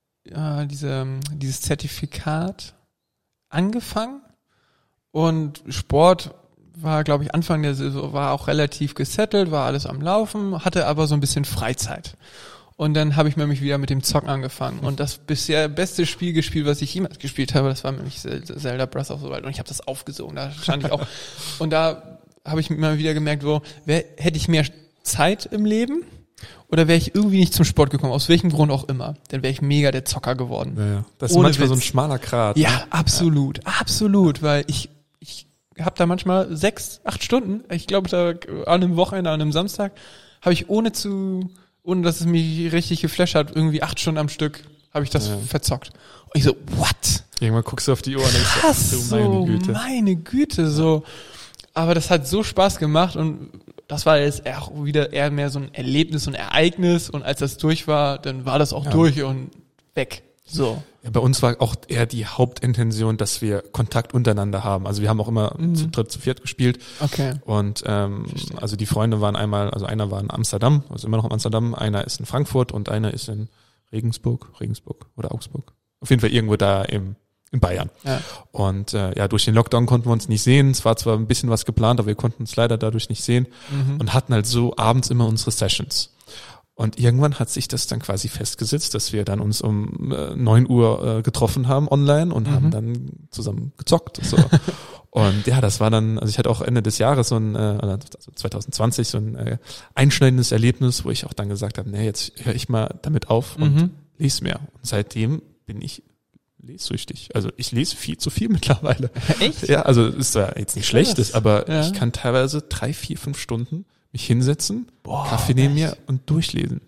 dieses Zertifikat angefangen und Sport war, glaube ich, Anfang der Saison, war auch relativ gesettelt, war alles am Laufen, hatte aber so ein bisschen Freizeit. Und dann habe ich nämlich wieder mit dem Zocken angefangen. Und das bisher beste Spiel gespielt, was ich jemals gespielt habe, das war nämlich Zelda Breath of the Wild. Und ich habe das aufgesogen, da stand ich auch. Und da habe ich mal wieder gemerkt, hätte ich mehr Zeit im Leben oder wäre ich irgendwie nicht zum Sport gekommen, aus welchem Grund auch immer, dann wäre ich mega der Zocker geworden. Ja. Das ist ohne manchmal Witz. So ein schmaler Grat. Ja, ne? Absolut, weil ich habe da manchmal 6-8 Stunden, ich glaube da an einem Wochenende, an einem Samstag, habe ich ohne dass es mich richtig geflasht hat, irgendwie 8 Stunden am Stück habe ich das verzockt. Und ich so, what? Irgendwann guckst du auf die Uhr und denkst, krass, meine Güte, so. Aber das hat so Spaß gemacht und das war jetzt eher mehr so ein Erlebnis und Ereignis und als das durch war, dann war das auch durch und weg. So. Ja, bei uns war auch eher die Hauptintention, dass wir Kontakt untereinander haben. Also wir haben auch immer zu dritt, zu viert gespielt. Okay. Und also die Freunde waren einer war in Amsterdam, also immer noch in Amsterdam, einer ist in Frankfurt und einer ist in Regensburg oder Augsburg. Auf jeden Fall irgendwo da in Bayern. Ja. Und durch den Lockdown konnten wir uns nicht sehen. Es war zwar ein bisschen was geplant, aber wir konnten uns leider dadurch nicht sehen und hatten halt so abends immer unsere Sessions. Und irgendwann hat sich das dann quasi festgesetzt, dass wir dann uns um 9 Uhr getroffen haben online und haben dann zusammen gezockt. So. Und ja, das war dann, also ich hatte auch Ende des Jahres also 2020 so ein einschneidendes Erlebnis, wo ich auch dann gesagt habe, jetzt höre ich mal damit auf und lese mehr. Und seitdem bin ich lesesüchtig. Also ich lese viel zu viel mittlerweile. Echt? Ja, also ist ja jetzt nicht Schlechtes, aber ich kann teilweise 3, 4, 5 Stunden mich hinsetzen, Kaffee neben mir und durchlesen.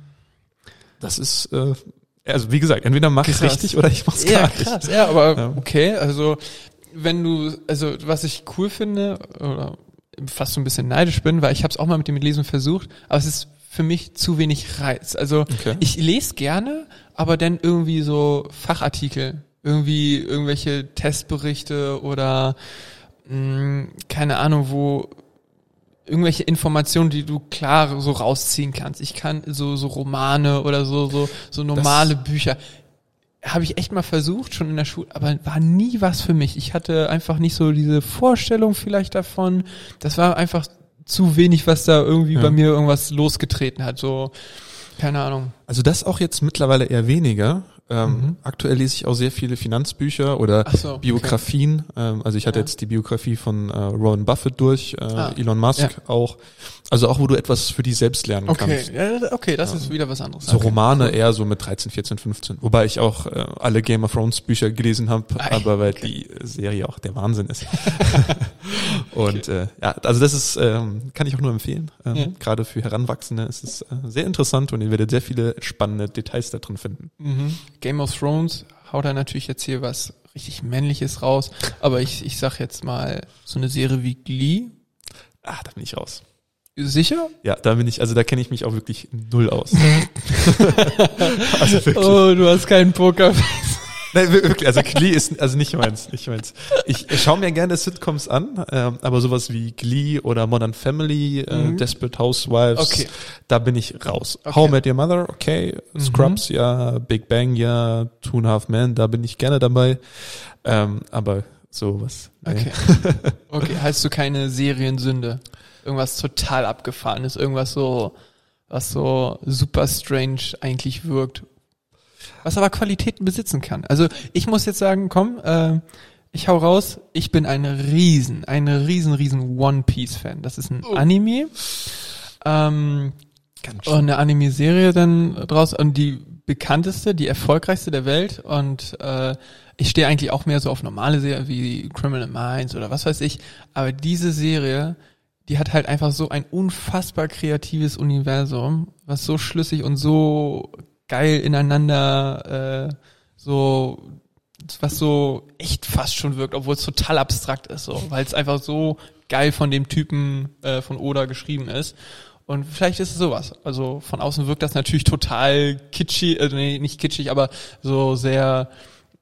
Das ist, also wie gesagt, entweder mach ich richtig oder ich mach's gar nicht. Krass. Ja, aber okay, also was ich cool finde, oder fast so ein bisschen neidisch bin, weil ich habe es auch mal mit dem Lesen versucht, aber es ist für mich zu wenig Reiz. Also ich lese gerne, aber dann irgendwie so Fachartikel, irgendwie irgendwelche Testberichte oder keine Ahnung, wo irgendwelche Informationen, die du klar so rausziehen kannst. Ich kann so Romane oder so normale Bücher. Habe ich echt mal versucht, schon in der Schule, aber war nie was für mich. Ich hatte einfach nicht so diese Vorstellung vielleicht davon. Das war einfach zu wenig, was da irgendwie bei mir irgendwas losgetreten hat. So, keine Ahnung. Also das auch jetzt mittlerweile eher weniger. Aktuell lese ich auch sehr viele Finanzbücher oder Biografien. Okay. Also ich hatte jetzt die Biografie von Warren Buffett durch, Elon Musk auch. Also auch, wo du etwas für dich selbst lernen kannst. Okay, das ist wieder was anderes. So Romane eher so mit 13, 14, 15. Wobei ich auch alle Game of Thrones Bücher gelesen habe, aber weil die Serie auch der Wahnsinn ist. Und also das ist, kann ich auch nur empfehlen. Gerade für Heranwachsende ist es sehr interessant und ihr werdet sehr viele spannende Details da drin finden. Game of Thrones haut da natürlich jetzt hier was richtig Männliches raus, aber ich sag jetzt mal so eine Serie wie Glee. Da bin ich raus. Sicher? Ja, da kenne ich mich auch wirklich null aus. Also wirklich. Oh, du hast keinen Pokerface. Nein, wirklich, also Glee ist also nicht meins. Ich schaue mir gerne Sitcoms an, aber sowas wie Glee oder Modern Family, Desperate Housewives, da bin ich raus. Okay. How I Met Your Mother, okay, Scrubs, ja, Big Bang, ja, 2.5 Men, da bin ich gerne dabei, aber sowas. Nee. Okay, hast du keine Seriensünde? Irgendwas total Abgefahrenes, irgendwas so, was so super strange eigentlich wirkt, was aber Qualitäten besitzen kann. Also ich muss jetzt sagen, komm, ich hau raus, ich bin ein riesen One Piece Fan. Das ist ein Anime. Und eine Anime-Serie dann draus und die bekannteste, die erfolgreichste der Welt und ich stehe eigentlich auch mehr so auf normale Serien wie Criminal Minds oder was weiß ich, aber diese Serie, die hat halt einfach so ein unfassbar kreatives Universum, was so schlüssig und so geil ineinander was so echt fast schon wirkt, obwohl es total abstrakt ist, so, weil es einfach so geil von dem Typen von Oda geschrieben ist. Und vielleicht ist es sowas. Also von außen wirkt das natürlich total kitschig, nicht kitschig, aber so sehr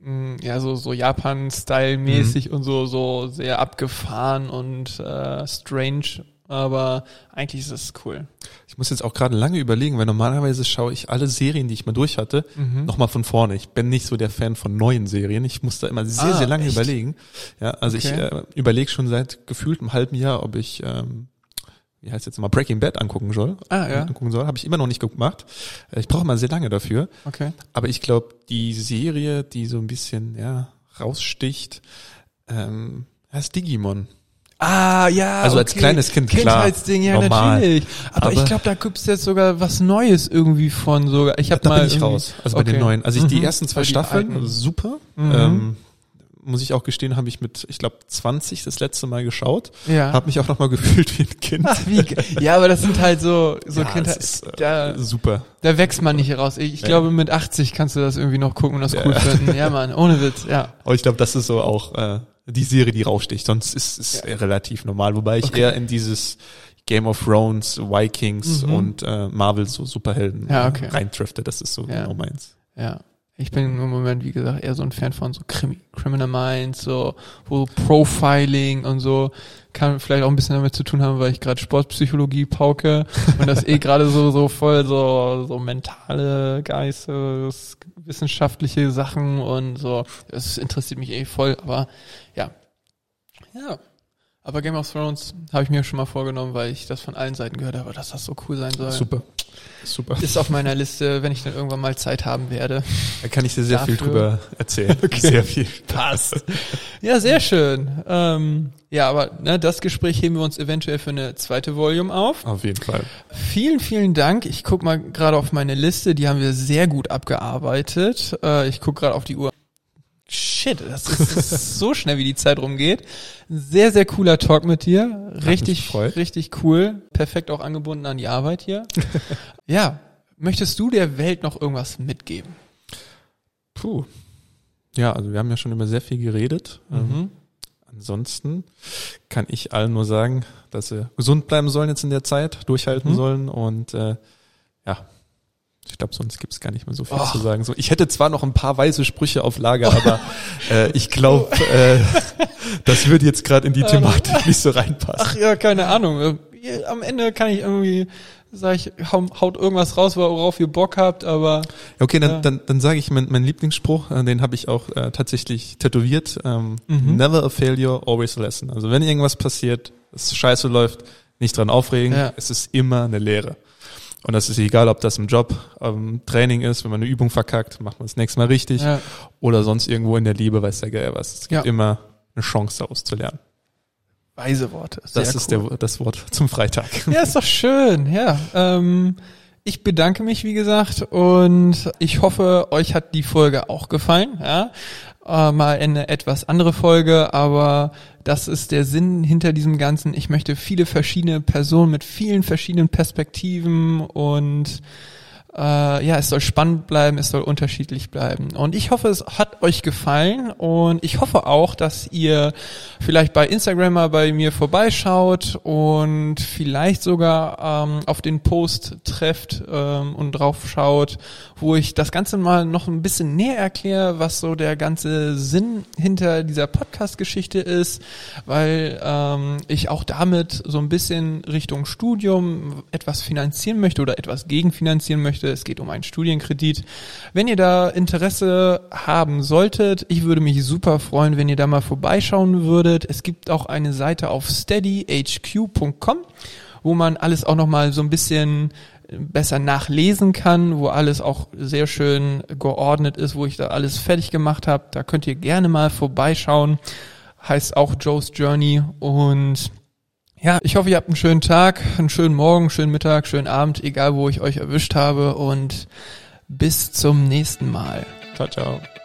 ja, so Japan-Style-mäßig und so sehr abgefahren und strange, aber eigentlich ist es cool. Ich muss jetzt auch gerade lange überlegen, weil normalerweise schaue ich alle Serien, die ich mal durch hatte, nochmal von vorne. Ich bin nicht so der Fan von neuen Serien. Ich muss da immer sehr lange überlegen. Ja, also okay. Ich überlege schon seit gefühlt einem halben Jahr, ob ich wie heißt jetzt mal Breaking Bad angucken soll. Habe ich immer noch nicht gemacht. Ich brauche mal sehr lange dafür. Okay. Aber ich glaube, die Serie, die so ein bisschen raussticht, heißt Digimon. Ja. Also als kleines Kind, klar. Kindheitsding, ja, normal. Natürlich. Aber ich glaube, da gibt's jetzt sogar was Neues irgendwie von sogar. Ich habe mal bin ich raus. Also bei den neuen. Also die ersten 2 Staffeln, super. Muss ich auch gestehen, habe ich mit, ich glaube, 20 das letzte Mal geschaut. Ja. Habe mich auch nochmal gefühlt wie ein Kind. Ach, ja, aber das sind halt so Kindheit. Super. Da wächst man nicht raus. Ich glaube, mit 80 kannst du das irgendwie noch gucken und das cool finden. Ja, Mann, ohne Witz, ja. Aber ich glaube, das ist so auch die Serie, die raussticht. Sonst ist es relativ normal. Wobei ich eher in dieses Game of Thrones, Vikings und Marvel so Superhelden reintrifte. Das ist so genau meins. Ja. Ich bin im Moment, wie gesagt, eher so ein Fan von so Criminal Minds, so wo Profiling und so, kann vielleicht auch ein bisschen damit zu tun haben, weil ich gerade Sportpsychologie pauke und das gerade so voll so mentale, geisteswissenschaftliche Sachen und so. Das interessiert mich voll, aber ja. Aber Game of Thrones habe ich mir schon mal vorgenommen, weil ich das von allen Seiten gehört habe, dass das so cool sein soll. Super. Ist auf meiner Liste, wenn ich dann irgendwann mal Zeit haben werde. Da kann ich dir sehr viel drüber erzählen. Okay. Sehr viel. Passt. Ja, sehr schön. Aber das Gespräch heben wir uns eventuell für eine zweite Volume auf. Auf jeden Fall. Vielen, vielen Dank. Ich gucke mal gerade auf meine Liste, die haben wir sehr gut abgearbeitet. Ich gucke gerade auf die Uhr. Shit, das ist so schnell, wie die Zeit rumgeht. Sehr, sehr cooler Talk mit dir. Richtig cool. Perfekt auch angebunden an die Arbeit hier. Ja, möchtest du der Welt noch irgendwas mitgeben? Ja, also wir haben ja schon über sehr viel geredet. Ansonsten kann ich allen nur sagen, dass sie gesund bleiben sollen jetzt in der Zeit, durchhalten sollen und ich glaube, sonst gibt's gar nicht mehr so viel zu sagen. So, ich hätte zwar noch ein paar weise Sprüche auf Lager, aber ich glaube, das würde jetzt gerade in die Thematik nicht so reinpassen. Ach ja, keine Ahnung. Am Ende kann ich irgendwie, haut irgendwas raus, worauf ihr Bock habt, aber... Okay, dann sage ich meinen Lieblingsspruch, den habe ich auch tatsächlich tätowiert. Never a failure, always a lesson. Also wenn irgendwas passiert, es scheiße läuft, nicht dran aufregen, es ist immer eine Lehre. Und das ist egal, ob das im Job, Training ist, wenn man eine Übung verkackt, macht man das nächste Mal richtig. Oder sonst irgendwo in der Liebe, weiß der Geil was. Es gibt immer eine Chance, daraus zu lernen. Weise Worte. Das ist das Wort zum Freitag. Ja, ist doch schön. Ja, ich bedanke mich, wie gesagt, und ich hoffe, euch hat die Folge auch gefallen. Ja, mal eine etwas andere Folge, aber das ist der Sinn hinter diesem Ganzen. Ich möchte viele verschiedene Personen mit vielen verschiedenen Perspektiven und es soll spannend bleiben, es soll unterschiedlich bleiben. Und ich hoffe, es hat euch gefallen und ich hoffe auch, dass ihr vielleicht bei Instagram mal bei mir vorbeischaut und vielleicht sogar auf den Post trefft und drauf schaut, wo ich das Ganze mal noch ein bisschen näher erkläre, was so der ganze Sinn hinter dieser Podcast-Geschichte ist, weil ich auch damit so ein bisschen Richtung Studium etwas finanzieren möchte oder etwas gegenfinanzieren möchte. Es geht um einen Studienkredit. Wenn ihr da Interesse haben solltet, ich würde mich super freuen, wenn ihr da mal vorbeischauen würdet. Es gibt auch eine Seite auf steadyhq.com, wo man alles auch nochmal so ein bisschen besser nachlesen kann, wo alles auch sehr schön geordnet ist, wo ich da alles fertig gemacht habe. Da könnt ihr gerne mal vorbeischauen. Heißt auch Joe's Journey und ja, ich hoffe, ihr habt einen schönen Tag, einen schönen Morgen, schönen Mittag, schönen Abend, egal wo ich euch erwischt habe und bis zum nächsten Mal. Ciao, ciao.